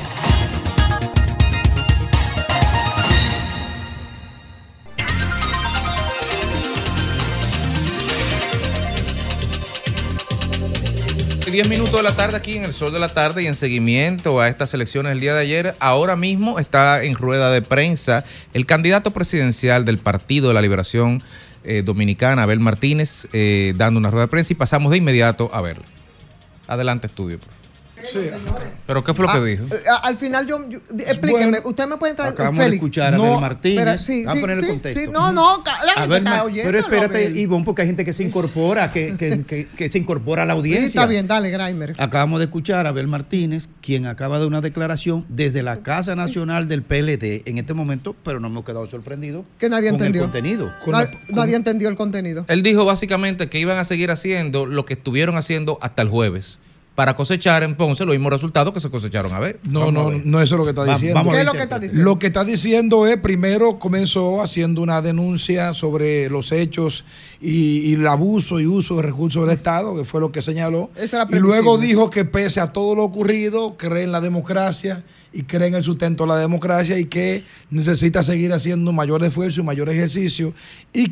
Y 10 minutos de la tarde aquí en el Sol de la Tarde y en seguimiento a estas elecciones el día de ayer. Ahora mismo está en rueda de prensa el candidato presidencial del Partido de la Liberación Dominicana, Abel Martínez, dando una rueda de prensa y pasamos de inmediato a verlo. Adelante, estudio, por favor. Sí. ¿Pero qué fue lo que dijo? Al final explíqueme, bueno, usted me puede entrar. Acabamos de escuchar a Abel Martínez. Sí, Vamos a poner el contexto. Sí, la gente está oyendo. Pero espérate, Ivonne, porque hay gente que se incorpora, que se incorpora a la audiencia. Sí, está bien, dale, Graimer. Acabamos de escuchar a Abel Martínez, quien acaba de una declaración desde la Casa Nacional del PLD en este momento, pero no hemos quedado sorprendidos que nadie con entendió el contenido. Nadie entendió el contenido. Él dijo básicamente que iban a seguir haciendo lo que estuvieron haciendo hasta el jueves, para cosechar en Ponce los mismos resultados que se cosecharon a ver. No eso es lo que está diciendo. ¿Qué es lo que está diciendo? Lo que está diciendo es, primero comenzó haciendo una denuncia sobre los hechos y el abuso y uso de recursos del Estado, que fue lo que señaló. Y luego dijo que pese a todo lo ocurrido, cree en la democracia y cree en el sustento de la democracia y que necesita seguir haciendo mayor esfuerzo y mayor ejercicio y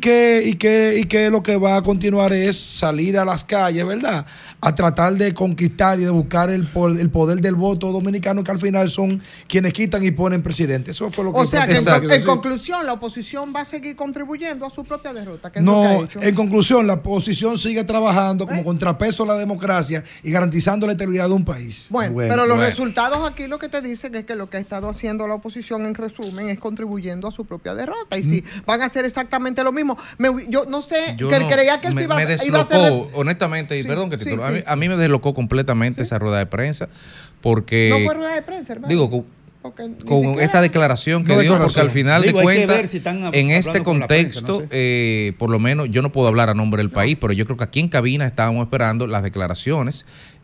que lo que va a continuar es salir a las calles, ¿verdad? A tratar de conquistar y de buscar el poder del voto dominicano, que al final son quienes quitan y ponen presidente. Eso fue lo que... O sea, que en conclusión, la oposición va a seguir contribuyendo a su propia derrota, que es lo que ha hecho. En conclusión, la oposición sigue trabajando como contrapeso a la democracia y garantizando la estabilidad de un país. Bueno, pero los resultados aquí lo que te dicen es que lo que ha estado haciendo la oposición, en resumen, es contribuyendo a su propia derrota. Y si van a hacer exactamente lo mismo, yo no sé, creía que él iba a hacer... Honestamente, y perdón que te a mí me deslocó completamente esa rueda de prensa, porque... No fue rueda de prensa, hermano. Digo, con esta declaración que dio, porque al final de cuentas, en este contexto, por lo menos yo no puedo hablar a nombre del país, pero yo creo que aquí en cabina estábamos esperando las declaraciones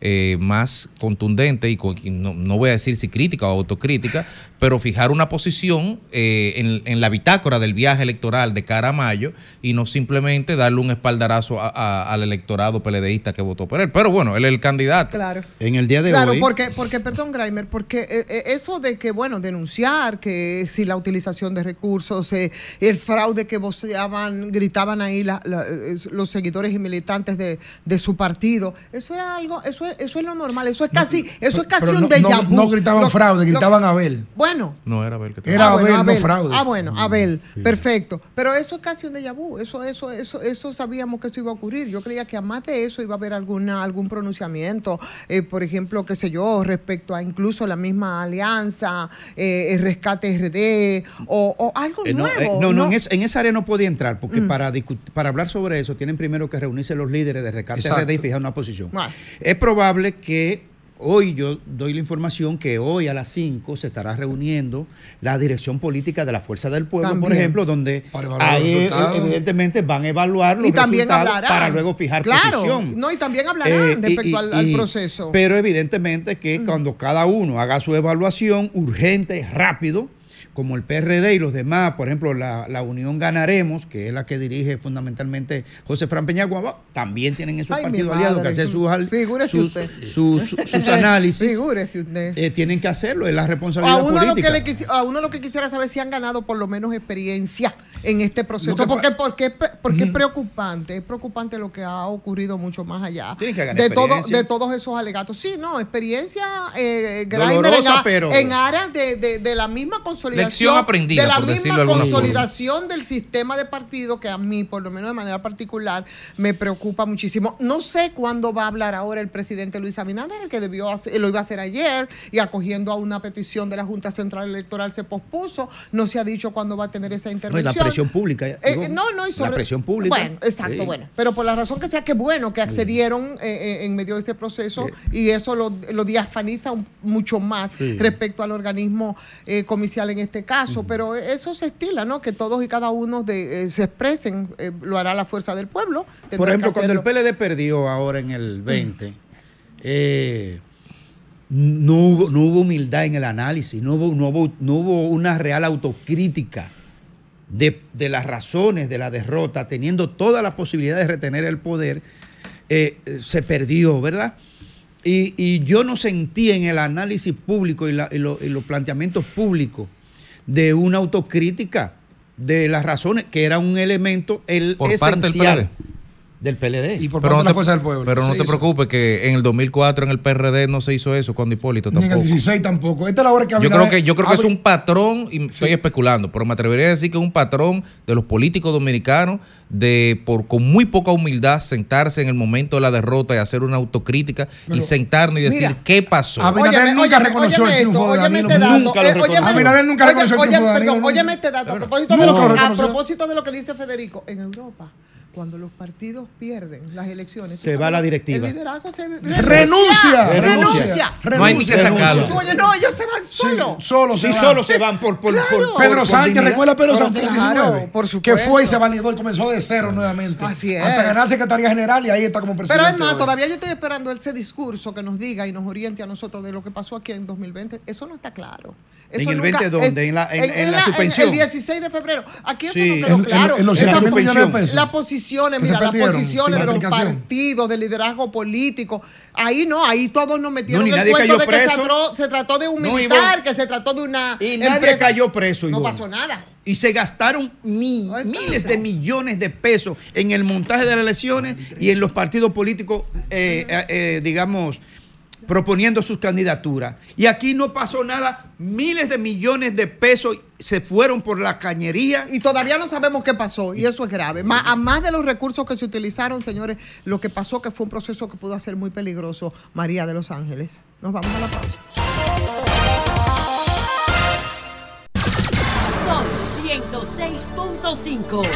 más contundentes y no voy a decir si crítica o autocrítica, pero fijar una posición en la bitácora del viaje electoral de cara a mayo y no simplemente darle un espaldarazo al electorado PLDista que votó por él. Pero bueno, él es el candidato. Claro. En el día de Claro, hoy... porque perdón, Graimer, porque eso de que, bueno, denunciar que si la utilización de recursos, el fraude que voceaban, gritaban ahí los seguidores y militantes de su partido, eso era algo, eso es lo normal, eso es casi un déjà vu. No gritaban fraude, gritaban Abel. Bueno. No era Abel que era Abel, no fraude. Abel, sí. Perfecto. Pero eso es casi un déjà vu, eso sabíamos que eso iba a ocurrir. Yo creía que además de eso iba a haber algún pronunciamiento, por ejemplo, qué sé yo, respecto a incluso la misma alianza María, el Rescate RD o algo nuevo. En esa área no podía entrar porque para hablar sobre eso tienen primero que reunirse los líderes de Rescate RD y fijar una posición. Bueno. Es probable que hoy yo doy la información que hoy a las 5 se estará reuniendo la dirección política de la Fuerza del Pueblo, también, por ejemplo, donde ahí evidentemente van a evaluar los resultados para luego fijar posición. No, y también hablarán respecto al proceso. Pero evidentemente que cuando cada uno haga su evaluación urgente, rápido, como el PRD y los demás, por ejemplo, la Unión Ganaremos, que es la que dirige fundamentalmente José Fran Peñaguaba, también tienen esos partidos aliados que hacen sus análisis. Figúrese usted. Tienen que hacerlo, es la responsabilidad política. A uno lo que quisiera saber si han ganado por lo menos experiencia en este proceso. Porque es preocupante. Es preocupante lo que ha ocurrido mucho más allá de todos esos alegatos. Sí, no, experiencia dolorosa, en áreas de la misma consolidación. Lección aprendida, de la por misma decirlo de consolidación del sistema de partido que a mí, por lo menos de manera particular, me preocupa muchísimo. No sé cuándo va a hablar ahora el presidente Luis Abinader, que lo iba a hacer ayer y acogiendo a una petición de la Junta Central Electoral se pospuso. No se ha dicho cuándo va a tener esa intervención. La presión pública. La presión pública. Bueno, exacto, sí. Bueno. Pero por la razón que sea, qué bueno que accedieron en medio de este proceso y eso lo diafaniza mucho más respecto al organismo comicial en este caso, pero eso se estila, ¿no? Que todos y cada uno se expresen, lo hará la Fuerza del Pueblo. Por ejemplo, cuando el PLD perdió ahora en el 20, no hubo humildad en el análisis, no hubo una real autocrítica de las razones de la derrota, teniendo toda la posibilidad de retener el poder, se perdió, ¿verdad? Y yo no sentí en el análisis público y los planteamientos públicos de una autocrítica de las razones, que era un elemento esencial del PLD. Y por parte de la Fuerza del Pueblo. Pero no te preocupes que en el 2004 en el PRD no se hizo eso cuando Hipólito tampoco. Ni en el 16 tampoco. Esta es la hora que yo creo que es un patrón, y estoy especulando, pero me atrevería a decir que es un patrón de los políticos dominicanos con muy poca humildad sentarse en el momento de la derrota y hacer una autocrítica y sentarnos y decir qué pasó. Abinader nunca reconoció el triunfo de Danilo. Abinader nunca reconoció el triunfo de Danilo. Óyeme este dato, a propósito de lo que dice Federico, en Europa, cuando los partidos pierden las elecciones, se va la directiva. El liderazgo renuncia. No hay ni que sacarlo. Oye, no, ellos se van solos. Solo se van por Pedro Sánchez, recuerda a Pedro Sánchez por supuesto. que fue y se validó y comenzó de cero nuevamente. Así es. Hasta ganar Secretaría General y ahí está como presidente. Pero es más, todavía yo estoy esperando ese discurso que nos diga y nos oriente a nosotros de lo que pasó aquí en 2020. Eso no está claro. Eso ¿En el 20 dónde? ¿En la suspensión? El 16 de febrero. Aquí eso no quedó claro. En la suspensión. Las posiciones, mira, las posiciones de los partidos, de liderazgo político. Ahí no, ahí todos nos metieron en el cuento de que se trató de un militar, que se trató de una... Y nadie cayó preso, No pasó nada. Y se gastaron miles de millones de pesos en el montaje de las elecciones y en los partidos políticos, digamos, proponiendo sus candidaturas. Y aquí no pasó nada, miles de millones de pesos se fueron por la cañería. Y todavía no sabemos qué pasó, y eso es grave. A más de los recursos que se utilizaron, señores, lo que pasó que fue un proceso que pudo ser muy peligroso. María de Los Ángeles. Nos vamos a la pausa. Son 106.5.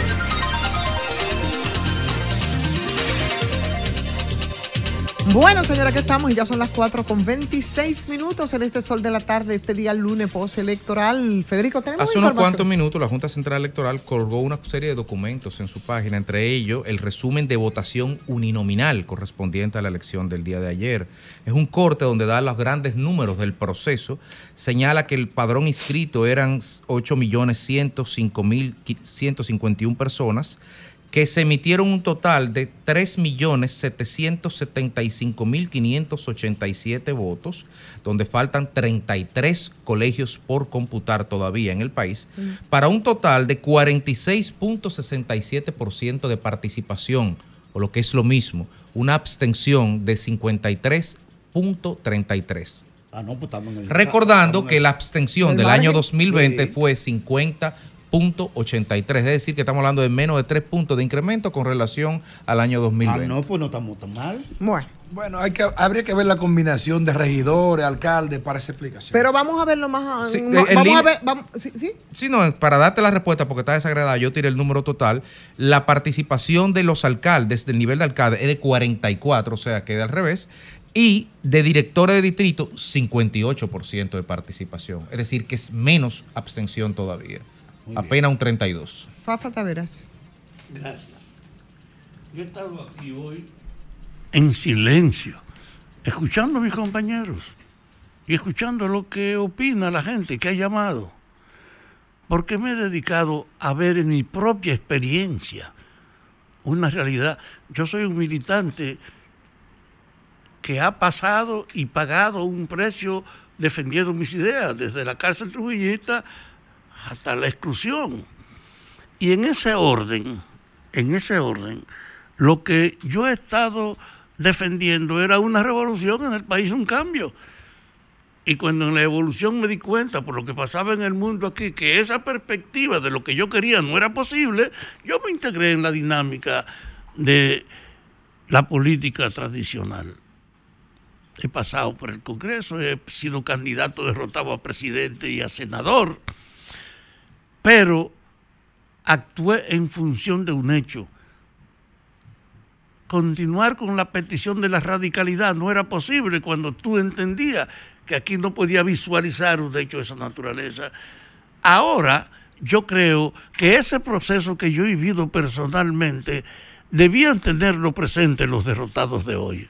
Bueno, señora, aquí estamos y ya son las 4:26 en este sol de la tarde, este día lunes postelectoral. Federico, tenemos hace unos cuantos minutos la Junta Central Electoral colgó una serie de documentos en su página, entre ellos el resumen de votación uninominal correspondiente a la elección del día de ayer. Es un corte donde da los grandes números del proceso, señala que el padrón inscrito eran 8.105.151 personas, que se emitieron un total de 3.775.587 votos, donde faltan 33 colegios por computar todavía en el país, para un total de 46.67% de participación, o lo que es lo mismo, una abstención de 53.33%. Recordando que la abstención del año 2020 fue 50.8%. 3.83, es decir, que estamos hablando de menos de 3 puntos de incremento con relación al año 2020. No, pues no estamos tan mal. Bueno, habría que ver la combinación de regidores, alcaldes para esa explicación. Pero vamos a verlo más. Sí, vamos a ver. ¿Sí? Sí, no, para darte la respuesta, porque está desagradada, yo tiré el número total. La participación de los alcaldes, del nivel de alcalde, es de 44, o sea, queda al revés. Y de directores de distrito, 58% de participación. Es decir, que es menos abstención todavía. Apenas un 32%. Fafa Taveras. Gracias. Yo he estado aquí hoy en silencio, escuchando a mis compañeros y escuchando lo que opina la gente que ha llamado, porque me he dedicado a ver en mi propia experiencia una realidad. Yo soy un militante que ha pasado y pagado un precio defendiendo mis ideas, desde la cárcel trujillista hasta la exclusión. Y en ese orden, lo que yo he estado defendiendo era una revolución en el país, un cambio. Y cuando en la evolución me di cuenta, por lo que pasaba en el mundo aquí, que esa perspectiva de lo que yo quería no era posible, yo me integré en la dinámica de la política tradicional. He pasado por el Congreso, he sido candidato derrotado a presidente y a senador, pero actué en función de un hecho. Continuar con la petición de la radicalidad no era posible cuando tú entendías que aquí no podía visualizar un hecho de esa naturaleza. Ahora yo creo que ese proceso que yo he vivido personalmente debían tenerlo presente los derrotados de hoy.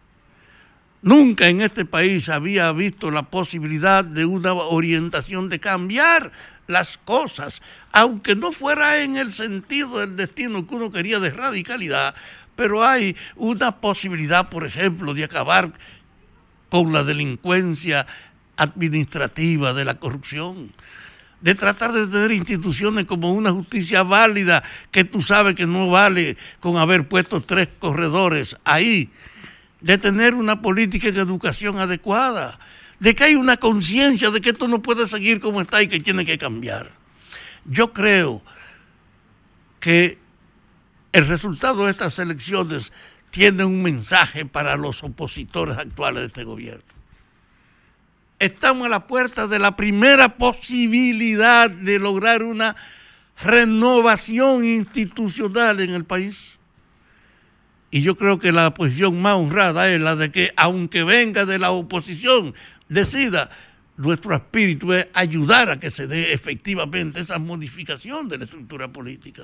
Nunca en este país había visto la posibilidad de una orientación de cambiar las cosas, aunque no fuera en el sentido del destino que uno quería de radicalidad, pero hay una posibilidad, por ejemplo, de acabar con la delincuencia administrativa, de la corrupción, de tratar de tener instituciones como una justicia válida, que tú sabes que no vale con haber puesto 3 corredores ahí, de tener una política de educación adecuada, de que hay una conciencia de que esto no puede seguir como está y que tiene que cambiar. Yo creo que el resultado de estas elecciones tiene un mensaje para los opositores actuales de este gobierno. Estamos a la puerta de la primera posibilidad de lograr una renovación institucional en el país. Y yo creo que la posición más honrada es la de que, aunque venga de la oposición, decida, nuestro espíritu es ayudar a que se dé efectivamente esa modificación de la estructura política.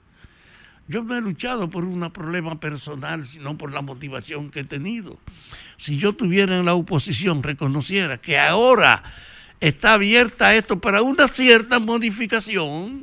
Yo no he luchado por un problema personal, sino por la motivación que he tenido. Si yo estuviera en la oposición, reconociera que ahora está abierta esto para una cierta modificación,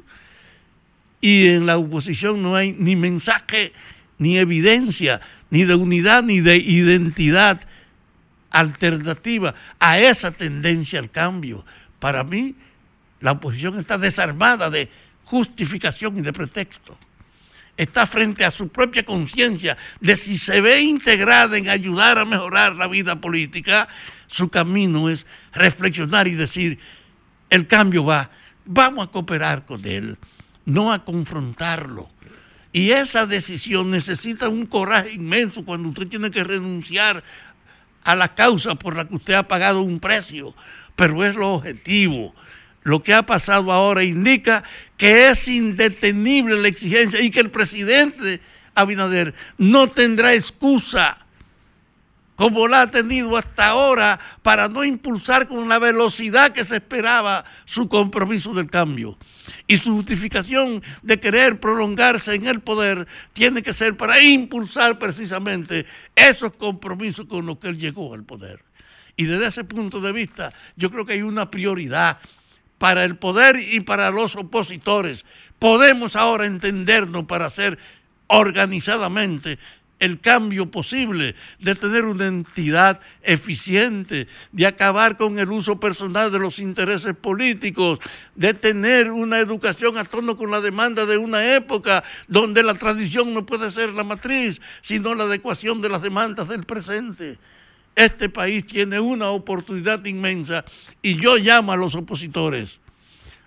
y en la oposición no hay ni mensaje, ni evidencia, ni de unidad, ni de identidad alternativa a esa tendencia al cambio. Para mí, la oposición está desarmada de justificación y de pretexto. Está frente a su propia conciencia de si se ve integrada en ayudar a mejorar la vida política, su camino es reflexionar y decir, el cambio vamos a cooperar con él, no a confrontarlo. Y esa decisión necesita un coraje inmenso cuando usted tiene que renunciar a la causa por la que usted ha pagado un precio, pero es lo objetivo. Lo que ha pasado ahora indica que es indetenible la exigencia y que el presidente Abinader no tendrá excusa, como la ha tenido hasta ahora, para no impulsar con la velocidad que se esperaba su compromiso del cambio. Y su justificación de querer prolongarse en el poder tiene que ser para impulsar precisamente esos compromisos con los que él llegó al poder. Y desde ese punto de vista, yo creo que hay una prioridad para el poder y para los opositores. Podemos ahora entendernos para hacer organizadamente el cambio posible, de tener una entidad eficiente, de acabar con el uso personal de los intereses políticos, de tener una educación a tono con la demanda de una época donde la tradición no puede ser la matriz, sino la adecuación de las demandas del presente. Este país tiene una oportunidad inmensa y yo llamo a los opositores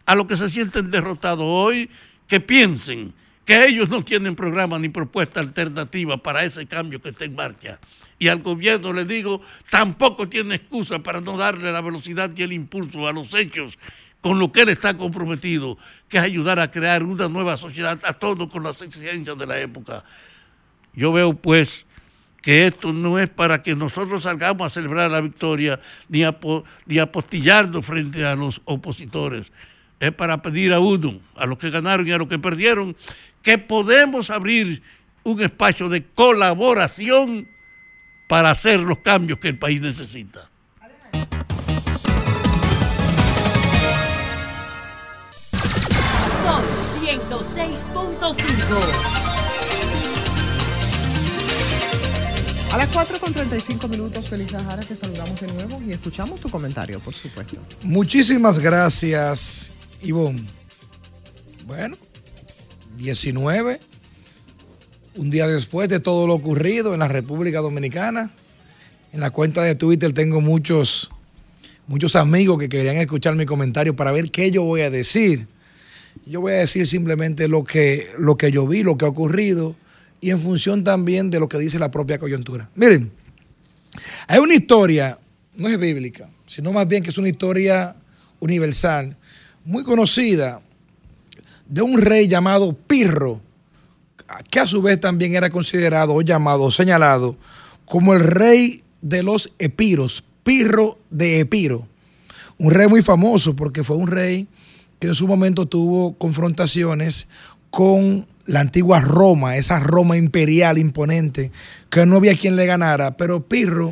a los que se sienten derrotados hoy que piensen que ellos no tienen programa ni propuesta alternativa para ese cambio que está en marcha. Y al gobierno le digo, tampoco tiene excusa para no darle la velocidad y el impulso a los hechos con lo que él está comprometido, que es ayudar a crear una nueva sociedad a tono con las exigencias de la época. Yo veo pues que esto no es para que nosotros salgamos a celebrar la victoria ni a postillarnos frente a los opositores. Es para pedir a uno, a los que ganaron y a los que perdieron, que podemos abrir un espacio de colaboración para hacer los cambios que el país necesita. Son 106.5. A las 4:35, Feliz Jara, te saludamos de nuevo y escuchamos tu comentario, por supuesto. Muchísimas gracias, Ivonne. Bueno, 19, un día después de todo lo ocurrido en la República Dominicana. En la cuenta de Twitter tengo muchos amigos que querían escuchar mi comentario para ver qué yo voy a decir. Yo voy a decir simplemente lo que yo vi, lo que ha ocurrido, y en función también de lo que dice la propia coyuntura. Miren, hay una historia, no es bíblica, sino más bien que es una historia universal, muy conocida, de un rey llamado Pirro, que a su vez también era considerado o llamado o señalado como el rey de los Epiros, Pirro de Epiro. Un rey muy famoso porque fue un rey que en su momento tuvo confrontaciones con la antigua Roma, esa Roma imperial imponente, que no había quien le ganara, pero Pirro,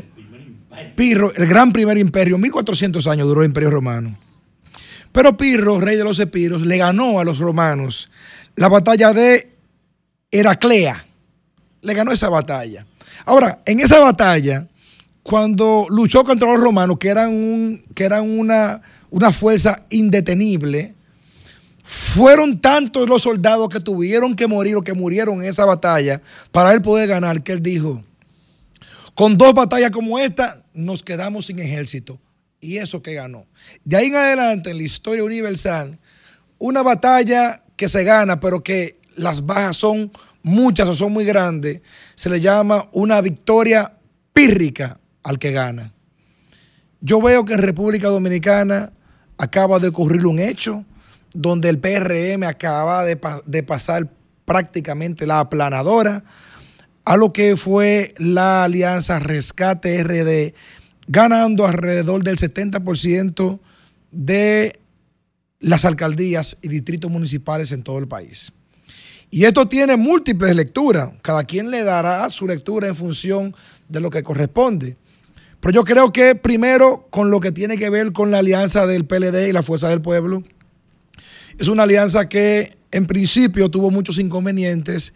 el gran primer imperio, 1400 años duró el imperio romano. Pero Pirro, rey de los Epiros, le ganó a los romanos la batalla de Heraclea. Le ganó esa batalla. Ahora, en esa batalla, cuando luchó contra los romanos, que eran una fuerza indetenible, fueron tantos los soldados que tuvieron que morir o que murieron en esa batalla para él poder ganar, que él dijo, con 2 batallas como esta, nos quedamos sin ejército. Y eso que ganó. De ahí en adelante, en la historia universal, una batalla que se gana, pero que las bajas son muchas o son muy grandes, se le llama una victoria pírrica al que gana. Yo veo que en República Dominicana acaba de ocurrir un hecho donde el PRM acaba de pasar prácticamente la aplanadora a lo que fue la alianza Rescate RD, ganando alrededor del 70% de las alcaldías y distritos municipales en todo el país. Y esto tiene múltiples lecturas. Cada quien le dará su lectura en función de lo que corresponde. Pero yo creo que primero, con lo que tiene que ver con la alianza del PLD y la Fuerza del Pueblo, es una alianza que en principio tuvo muchos inconvenientes.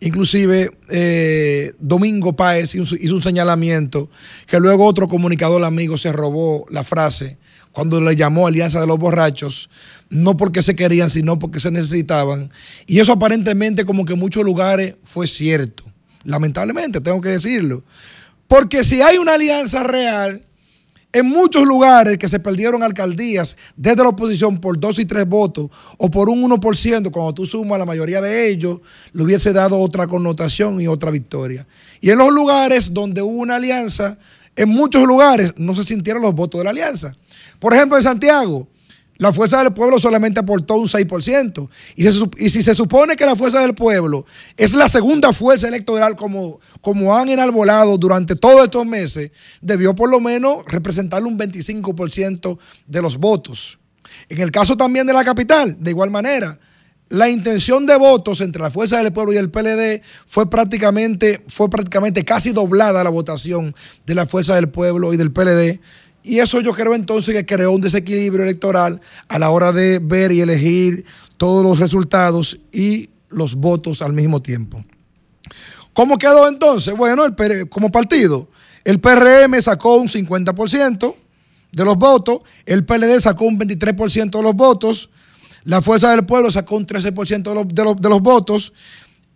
Inclusive Domingo Páez hizo un señalamiento que luego otro comunicador amigo se robó la frase cuando le llamó Alianza de los Borrachos, no porque se querían, sino porque se necesitaban. Y eso aparentemente como que en muchos lugares fue cierto. Lamentablemente, tengo que decirlo. Porque si hay una alianza real, en muchos lugares que se perdieron alcaldías desde la oposición por 2 y 3 votos o por un 1%, cuando tú sumas la mayoría de ellos, le hubiese dado otra connotación y otra victoria. Y en los lugares donde hubo una alianza, en muchos lugares no se sintieron los votos de la alianza. Por ejemplo, en Santiago, la Fuerza del Pueblo solamente aportó un 6%. Y si se supone que la Fuerza del Pueblo es la segunda fuerza electoral como han enarbolado durante todos estos meses, debió por lo menos representarle un 25% de los votos. En el caso también de la capital, de igual manera, la intención de votos entre la Fuerza del Pueblo y el PLD fue prácticamente casi doblada la votación de la Fuerza del Pueblo y del PLD. Y eso yo creo entonces que creó un desequilibrio electoral a la hora de ver y elegir todos los resultados y los votos al mismo tiempo. ¿Cómo quedó entonces? Bueno, como partido, el PRM sacó un 50% de los votos, el PLD sacó un 23% de los votos, la Fuerza del Pueblo sacó un 13% de los votos,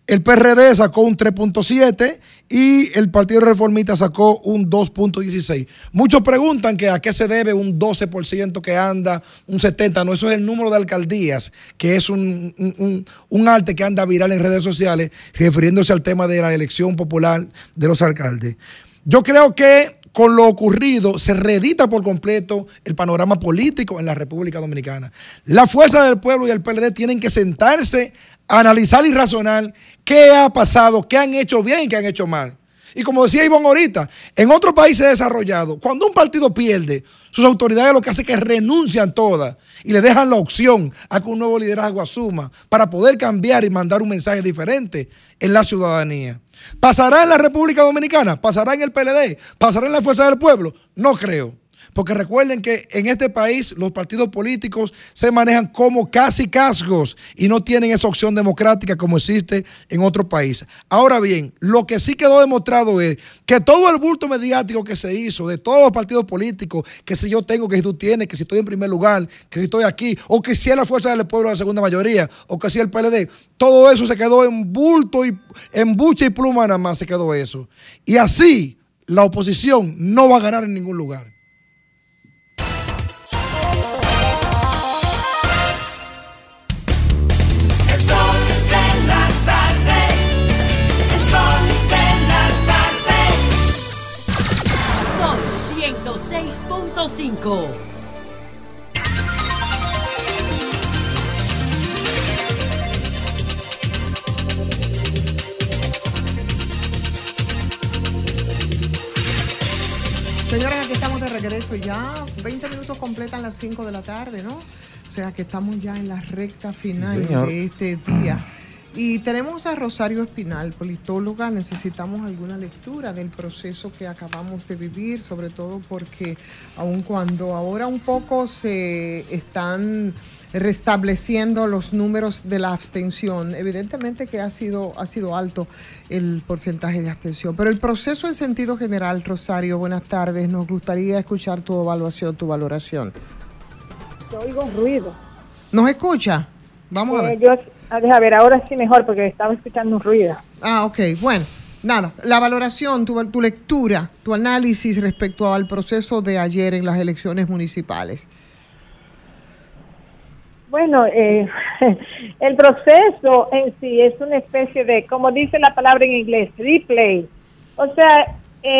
El PRD sacó un 3.7 y el Partido Reformista sacó un 2.16. Muchos preguntan que a qué se debe un 12% que anda, un 70%. No, eso es el número de alcaldías, que es un arte que anda viral en redes sociales, refiriéndose al tema de la elección popular de los alcaldes. Yo creo que con lo ocurrido se reedita por completo el panorama político en la República Dominicana. La Fuerza del Pueblo y el PLD tienen que sentarse, analizar y razonar qué ha pasado, qué han hecho bien y qué han hecho mal. Y como decía Ivonne ahorita, en otros países desarrollados, cuando un partido pierde, sus autoridades lo que hacen es que renuncian todas y le dejan la opción a que un nuevo liderazgo asuma para poder cambiar y mandar un mensaje diferente en la ciudadanía. ¿Pasará en la República Dominicana? ¿Pasará en el PLD? ¿Pasará en la Fuerza del Pueblo? No creo. Porque recuerden que en este país los partidos políticos se manejan como casi cascos y no tienen esa opción democrática como existe en otros países. Ahora bien, lo que sí quedó demostrado es que todo el bulto mediático que se hizo de todos los partidos políticos, que si yo tengo, que si tú tienes, que si estoy en primer lugar, que si estoy aquí, o que si es la Fuerza del Pueblo de la segunda mayoría, o que si es el PLD, todo eso se quedó en bulto y en bucha y pluma nada más se quedó eso. Y así la oposición no va a ganar en ningún lugar. Son 106.5. Señores, aquí estamos de regreso ya. 20 minutos completan las 5 de la tarde, ¿no? O sea que estamos ya en la recta final de este día. Y tenemos a Rosario Espinal, politóloga. Necesitamos alguna lectura del proceso que acabamos de vivir, sobre todo porque aun cuando ahora un poco se están restableciendo los números de la abstención, evidentemente que ha sido alto el porcentaje de abstención. Pero el proceso en sentido general, Rosario, buenas tardes. Nos gustaría escuchar tu evaluación, tu valoración. Yo oigo ruido. ¿Nos escucha? Vamos a ver. A ver, ahora sí mejor porque estaba escuchando un ruido. Ah, ok. Bueno, nada. La valoración, tu lectura, tu análisis respecto al proceso de ayer en las elecciones municipales. Bueno, el proceso en sí es una especie de, como dice la palabra en inglés, replay. O sea,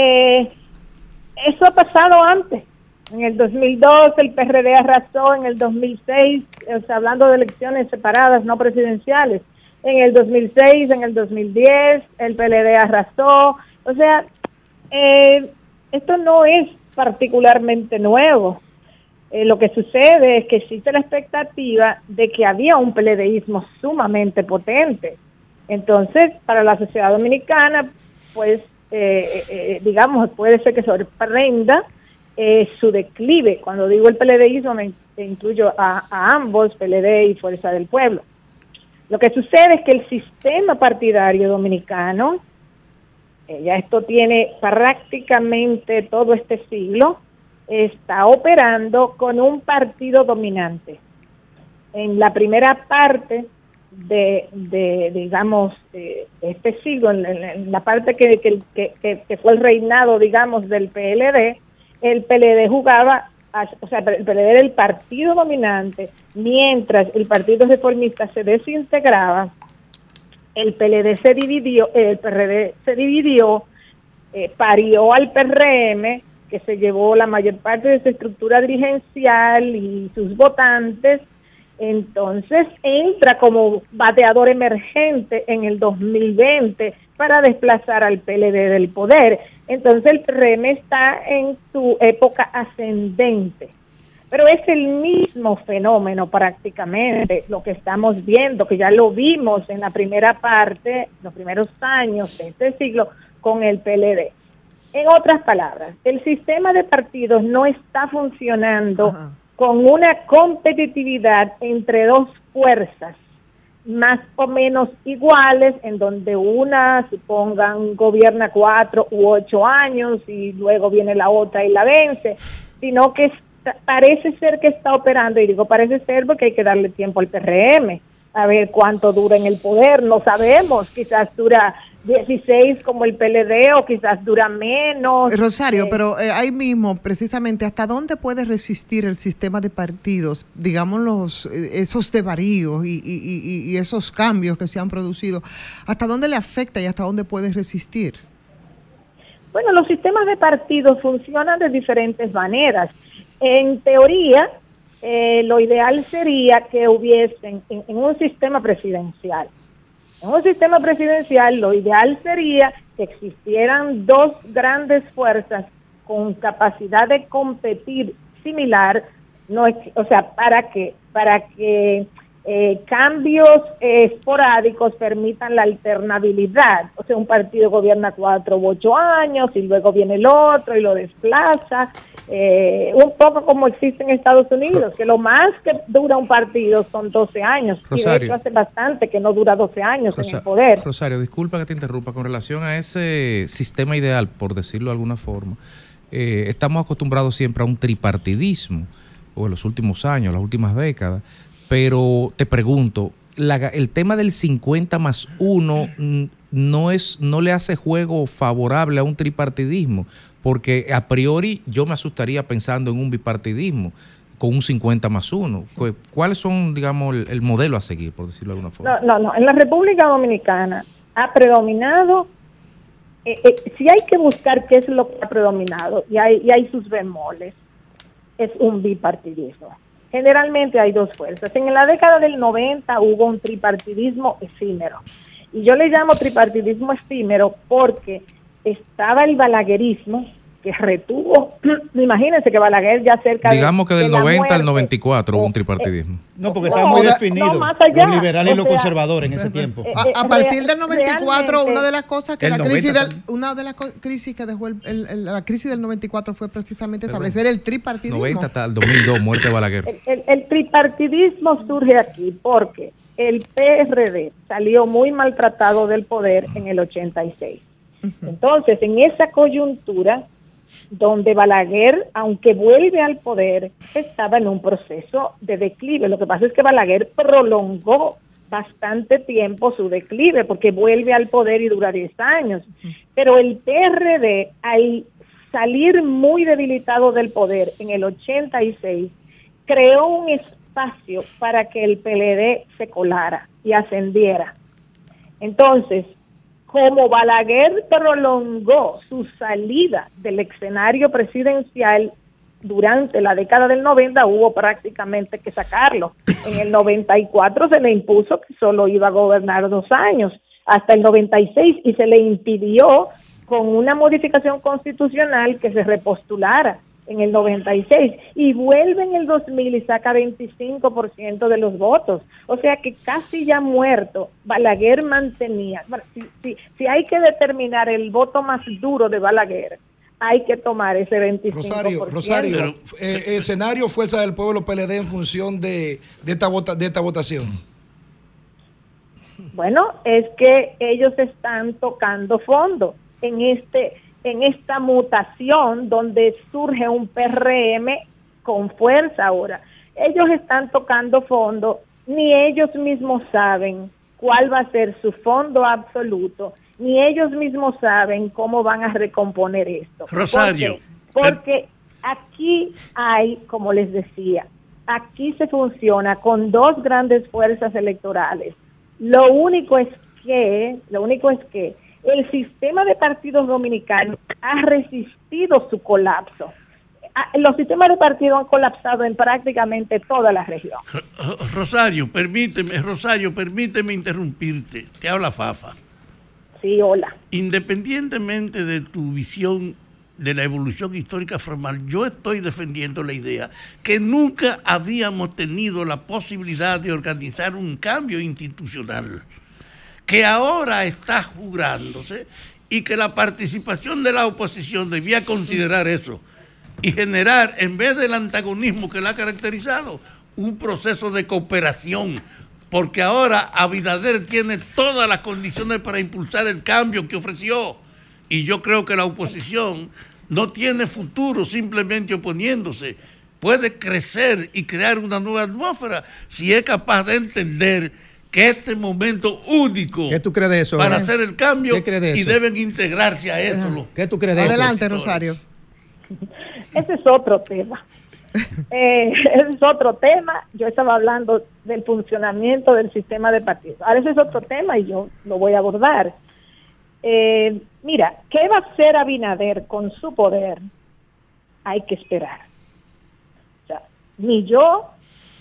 eso ha pasado antes. En el 2002 el PRD arrasó, en el 2006, o sea, hablando de elecciones separadas, no presidenciales. En el 2006, en el 2010, el PLD arrasó. O sea, esto no es particularmente nuevo. Lo que sucede es que existe la expectativa de que había un PLDismo sumamente potente. Entonces, para la sociedad dominicana, pues, digamos, puede ser que sorprenda su declive. Cuando digo el PLDismo, me incluyo a ambos, PLD y Fuerza del Pueblo. Lo que sucede es que el sistema partidario dominicano, ya esto tiene prácticamente todo este siglo, está operando con un partido dominante. En la primera parte digamos, de este siglo, en la parte que fue el reinado, digamos, del PLD, el PLD jugaba, o sea, el PLD era el partido dominante, mientras el Partido Reformista se desintegraba, el PLD se dividió, el PRD se dividió, parió al PRM, que se llevó la mayor parte de su estructura dirigencial y sus votantes. Entonces entra como bateador emergente en el 2020 para desplazar al PLD del poder. Entonces el PRM está en su época ascendente. Pero es el mismo fenómeno prácticamente lo que estamos viendo, que ya lo vimos en la primera parte, los primeros años de este siglo, con el PLD. En otras palabras, el sistema de partidos no está funcionando con una competitividad entre dos fuerzas más o menos iguales, en donde una, supongan, gobierna 4 u 8 años y luego viene la otra y la vence, sino que parece ser que está operando, y digo parece ser porque hay que darle tiempo al PRM, a ver cuánto dura en el poder, no sabemos, quizás dura 16 como el PLD o quizás dura menos. Rosario, pero ahí mismo, precisamente, ¿hasta dónde puede resistir el sistema de partidos, digamos, esos desvaríos y esos cambios que se han producido? ¿Hasta dónde le afecta y hasta dónde puede resistir? Bueno, los sistemas de partidos funcionan de diferentes maneras. En teoría, lo ideal sería que hubiesen en un sistema presidencial. En un sistema presidencial, lo ideal sería que existieran dos grandes fuerzas con capacidad de competir similar, para que cambios esporádicos permitan la alternabilidad. O sea, un partido gobierna 4 u 8 años y luego viene el otro y lo desplaza. Un poco como existe en Estados Unidos, que lo más que dura un partido son 12 años. Rosario. Y de hecho hace bastante que no dura 12 años en el poder. Rosario, disculpa que te interrumpa. Con relación a ese sistema ideal, por decirlo de alguna forma, estamos acostumbrados siempre a un tripartidismo, o en los últimos años, las últimas décadas, pero te pregunto, el tema del 50+1 no le hace juego favorable a un tripartidismo, porque a priori yo me asustaría pensando en un bipartidismo con un 50+1. ¿Cuáles son, digamos, el modelo a seguir, por decirlo de alguna forma? No. En la República Dominicana ha predominado, si hay que buscar qué es lo que ha predominado, y hay sus bemoles, es un bipartidismo. Generalmente hay dos fuerzas. En la década del 90 hubo un tripartidismo efímero. Y yo le llamo tripartidismo efímero porque estaba el balaguerismo, que retuvo, imagínense que Balaguer ya cerca digamos que del 90 muerte, al 94 hubo un tripartidismo. No, porque estaba muy definido, no, más allá, los liberales y los conservadores en ese tiempo. A partir del 94, una de las cosas que una de las crisis que dejó la crisis del 94 fue precisamente establecer el tripartidismo. 90 hasta el 2002, muerte de Balaguer. El tripartidismo surge aquí porque el PRD salió muy maltratado del poder en el 86. Entonces, en esa coyuntura, donde Balaguer, aunque vuelve al poder, estaba en un proceso de declive. Lo que pasa es que Balaguer prolongó bastante tiempo su declive, porque vuelve al poder y dura 10 años. Pero el PRD, al salir muy debilitado del poder en el 86, creó un espacio para que el PLD se colara y ascendiera. Entonces, como Balaguer prolongó su salida del escenario presidencial durante la década del 90, hubo prácticamente que sacarlo. En el 94 se le impuso que solo iba a gobernar 2 años, hasta el 96, y se le impidió con una modificación constitucional que se repostulara en el 96, y vuelve en el 2000 y saca 25% de los votos. O sea que casi ya muerto, Balaguer mantenía. Bueno, si hay que determinar el voto más duro de Balaguer, hay que tomar ese 25%. Rosario, escenario Fuerza del Pueblo PLD en función de esta votación. Bueno, es que ellos están tocando fondo en esta mutación donde surge un PRM con fuerza ahora. Ellos están tocando fondo, ni ellos mismos saben cuál va a ser su fondo absoluto, ni ellos mismos saben cómo van a recomponer esto. Rosario. Porque aquí hay, como les decía, aquí se funciona con 2 grandes fuerzas electorales. Lo único es que el sistema de partidos dominicanos ha resistido su colapso. Los sistemas de partidos han colapsado en prácticamente toda la región. Rosario, permíteme interrumpirte. Te habla Fafa. Sí, hola. Independientemente de tu visión de la evolución histórica formal, yo estoy defendiendo la idea que nunca habíamos tenido la posibilidad de organizar un cambio institucional, que ahora está jurándose, y que la participación de la oposición debía considerar eso y generar, en vez del antagonismo que la ha caracterizado, un proceso de cooperación, porque ahora Abinader tiene todas las condiciones para impulsar el cambio que ofreció, y yo creo que la oposición no tiene futuro simplemente oponiéndose. Puede crecer y crear una nueva atmósfera si es capaz de entender que este momento único ¿Qué tú crees de eso? para hacer el cambio ¿Qué crees de y eso? deben integrarse a eso. ¿Qué tú crees de eso? Adelante, Rosario. Ese es otro tema. Ese es otro tema. Yo estaba hablando del funcionamiento del sistema de partidos. Ahora ese es otro tema y yo lo voy a abordar. Mira, ¿qué va a hacer Abinader con su poder? Hay que esperar. O sea, ni yo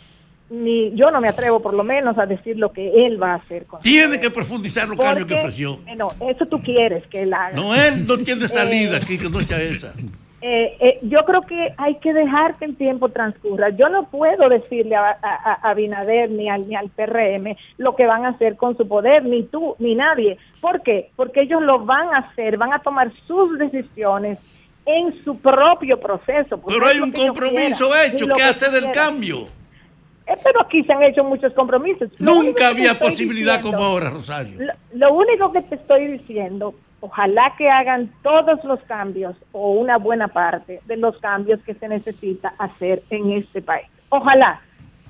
no me atrevo por lo menos a decir lo que él va a hacer con Tiene que profundizar los cambios que ofreció. No, eso tú quieres que él haga. No, él no tiene salida aquí, que no sea esa. Yo creo que hay que dejar que el tiempo transcurra. Yo no puedo decirle a Abinader ni al PRM lo que van a hacer con su poder, ni tú, ni nadie. ¿Por qué? Porque ellos lo van a hacer, van a tomar sus decisiones en su propio proceso. Pero hay un compromiso hecho, que hacer el cambio. Pero aquí se han hecho muchos compromisos. Nunca había posibilidad como ahora, Rosario. Lo único que te estoy diciendo, ojalá que hagan todos los cambios o una buena parte de los cambios que se necesita hacer en este país. Ojalá.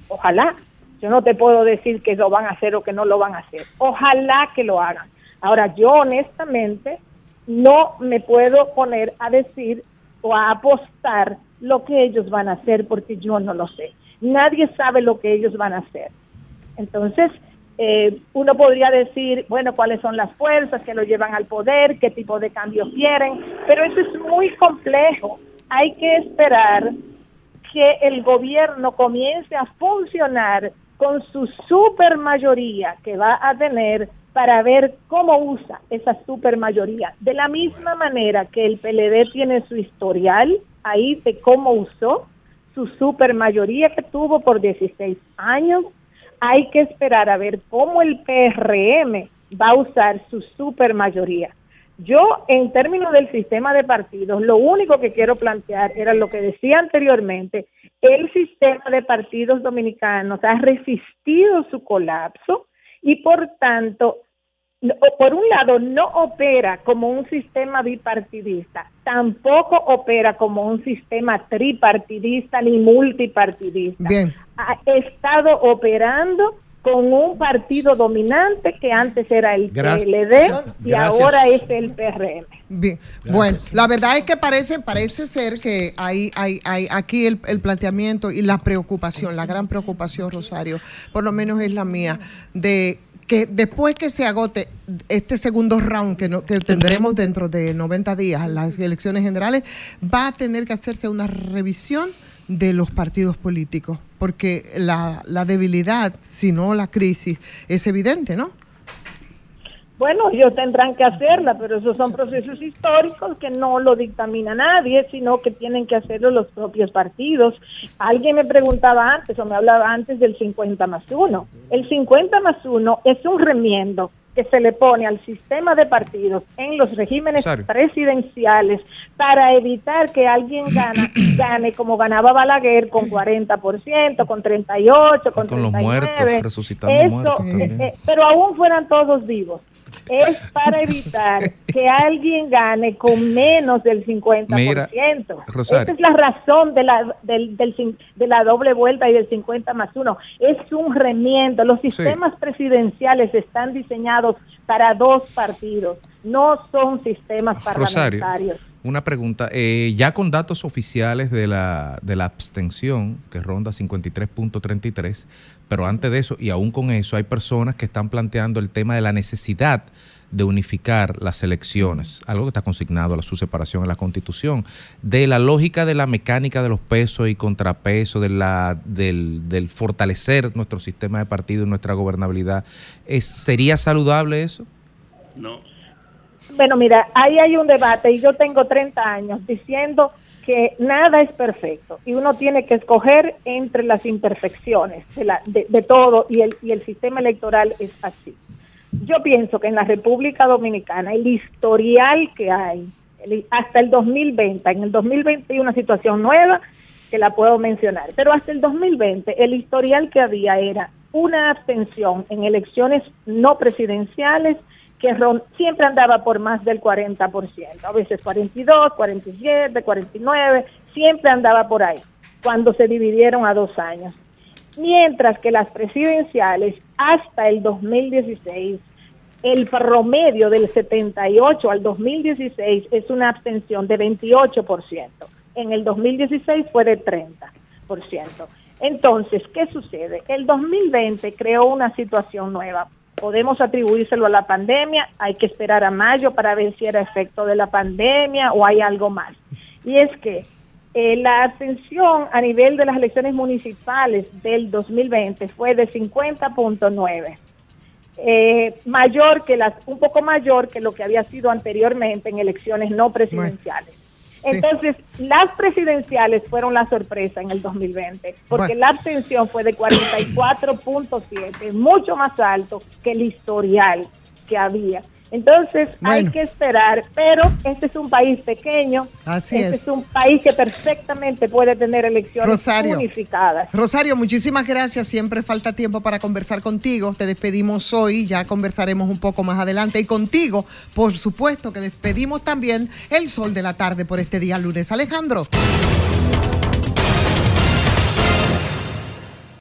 Yo no te puedo decir que lo van a hacer o que no lo van a hacer. Ojalá que lo hagan. Ahora, yo honestamente no me puedo poner a decir o a apostar lo que ellos van a hacer porque yo no lo sé. Nadie sabe lo que ellos van a hacer. Entonces, uno podría decir, bueno, cuáles son las fuerzas que lo llevan al poder, qué tipo de cambios quieren, pero eso es muy complejo. Hay que esperar que el gobierno comience a funcionar con su supermayoría que va a tener para ver cómo usa esa supermayoría. De la misma manera que el PLD tiene su historial ahí de cómo usó su supermayoría que tuvo por 16 años, hay que esperar a ver cómo el PRM va a usar su supermayoría. Yo, en términos del sistema de partidos, lo único que quiero plantear era lo que decía anteriormente: el sistema de partidos dominicanos ha resistido su colapso y, por tanto, por un lado, no opera como un sistema bipartidista, tampoco opera como un sistema tripartidista ni multipartidista. Bien. Ha estado operando con un partido dominante que antes era el PLD y ahora es el PRM. Bien. Bueno, la verdad es que parece ser que hay aquí el planteamiento y la preocupación, la gran preocupación, Rosario, por lo menos es la mía, de que después que se agote este segundo round que tendremos dentro de 90 días, las elecciones generales, va a tener que hacerse una revisión de los partidos políticos, porque la debilidad, si no la crisis, es evidente, ¿no? Bueno, ellos tendrán que hacerla, pero esos son procesos históricos que no lo dictamina nadie, sino que tienen que hacerlo los propios partidos. Alguien me preguntaba antes, o me hablaba antes del 50+1. El 50+1 es un remiendo que se le pone al sistema de partidos en los regímenes presidenciales para evitar que alguien gane como ganaba Balaguer con 40%, con 38%, con 39%. Con los muertos, resucitando muertos también. Pero aún fueran todos vivos. Es para evitar que alguien gane con menos del 50%. Mira, Rosario. Esa es la razón de la doble vuelta y del 50+1. Es un remiendo. Los sistemas presidenciales están diseñados para dos partidos, no son sistemas parlamentarios. Rosario, una pregunta. Ya con datos oficiales de la abstención, que ronda 53.33%, pero antes de eso, y aún con eso, hay personas que están planteando el tema de la necesidad de unificar las elecciones, algo que está consignado a su separación en la Constitución, de la lógica de la mecánica de los pesos y contrapesos, del fortalecer nuestro sistema de partido y nuestra gobernabilidad. ¿Sería saludable eso? No. Bueno, mira, ahí hay un debate y yo tengo 30 años diciendo que nada es perfecto y uno tiene que escoger entre las imperfecciones de todo y el sistema electoral es así. Yo pienso que en la República Dominicana el historial que hay hasta el 2020, en el 2020 hay una situación nueva que la puedo mencionar, pero hasta el 2020 el historial que había era una abstención en elecciones no presidenciales que siempre andaba por más del 40%, a veces 42, 47, 49, siempre andaba por ahí, cuando se dividieron a 2 años. Mientras que las presidenciales hasta el 2016, el promedio del 78 al 2016 es una abstención de 28%. En el 2016 fue de 30%. Entonces, ¿qué sucede? El 2020 creó una situación nueva. Podemos atribuírselo a la pandemia, hay que esperar a mayo para ver si era efecto de la pandemia o hay algo más. Y es que la abstención a nivel de las elecciones municipales del 2020 fue de 50.9. Un poco mayor que lo que había sido anteriormente en elecciones no presidenciales. Entonces, las presidenciales fueron la sorpresa en el 2020, porque la abstención fue de 44.7, mucho más alto que el historial que había. Entonces, hay que esperar, pero este es un país pequeño, este es un país que perfectamente puede tener elecciones unificadas. Rosario, muchísimas gracias, siempre falta tiempo para conversar contigo, te despedimos hoy, ya conversaremos un poco más adelante, y contigo, por supuesto que despedimos también el sol de la tarde por este día lunes. Alejandro.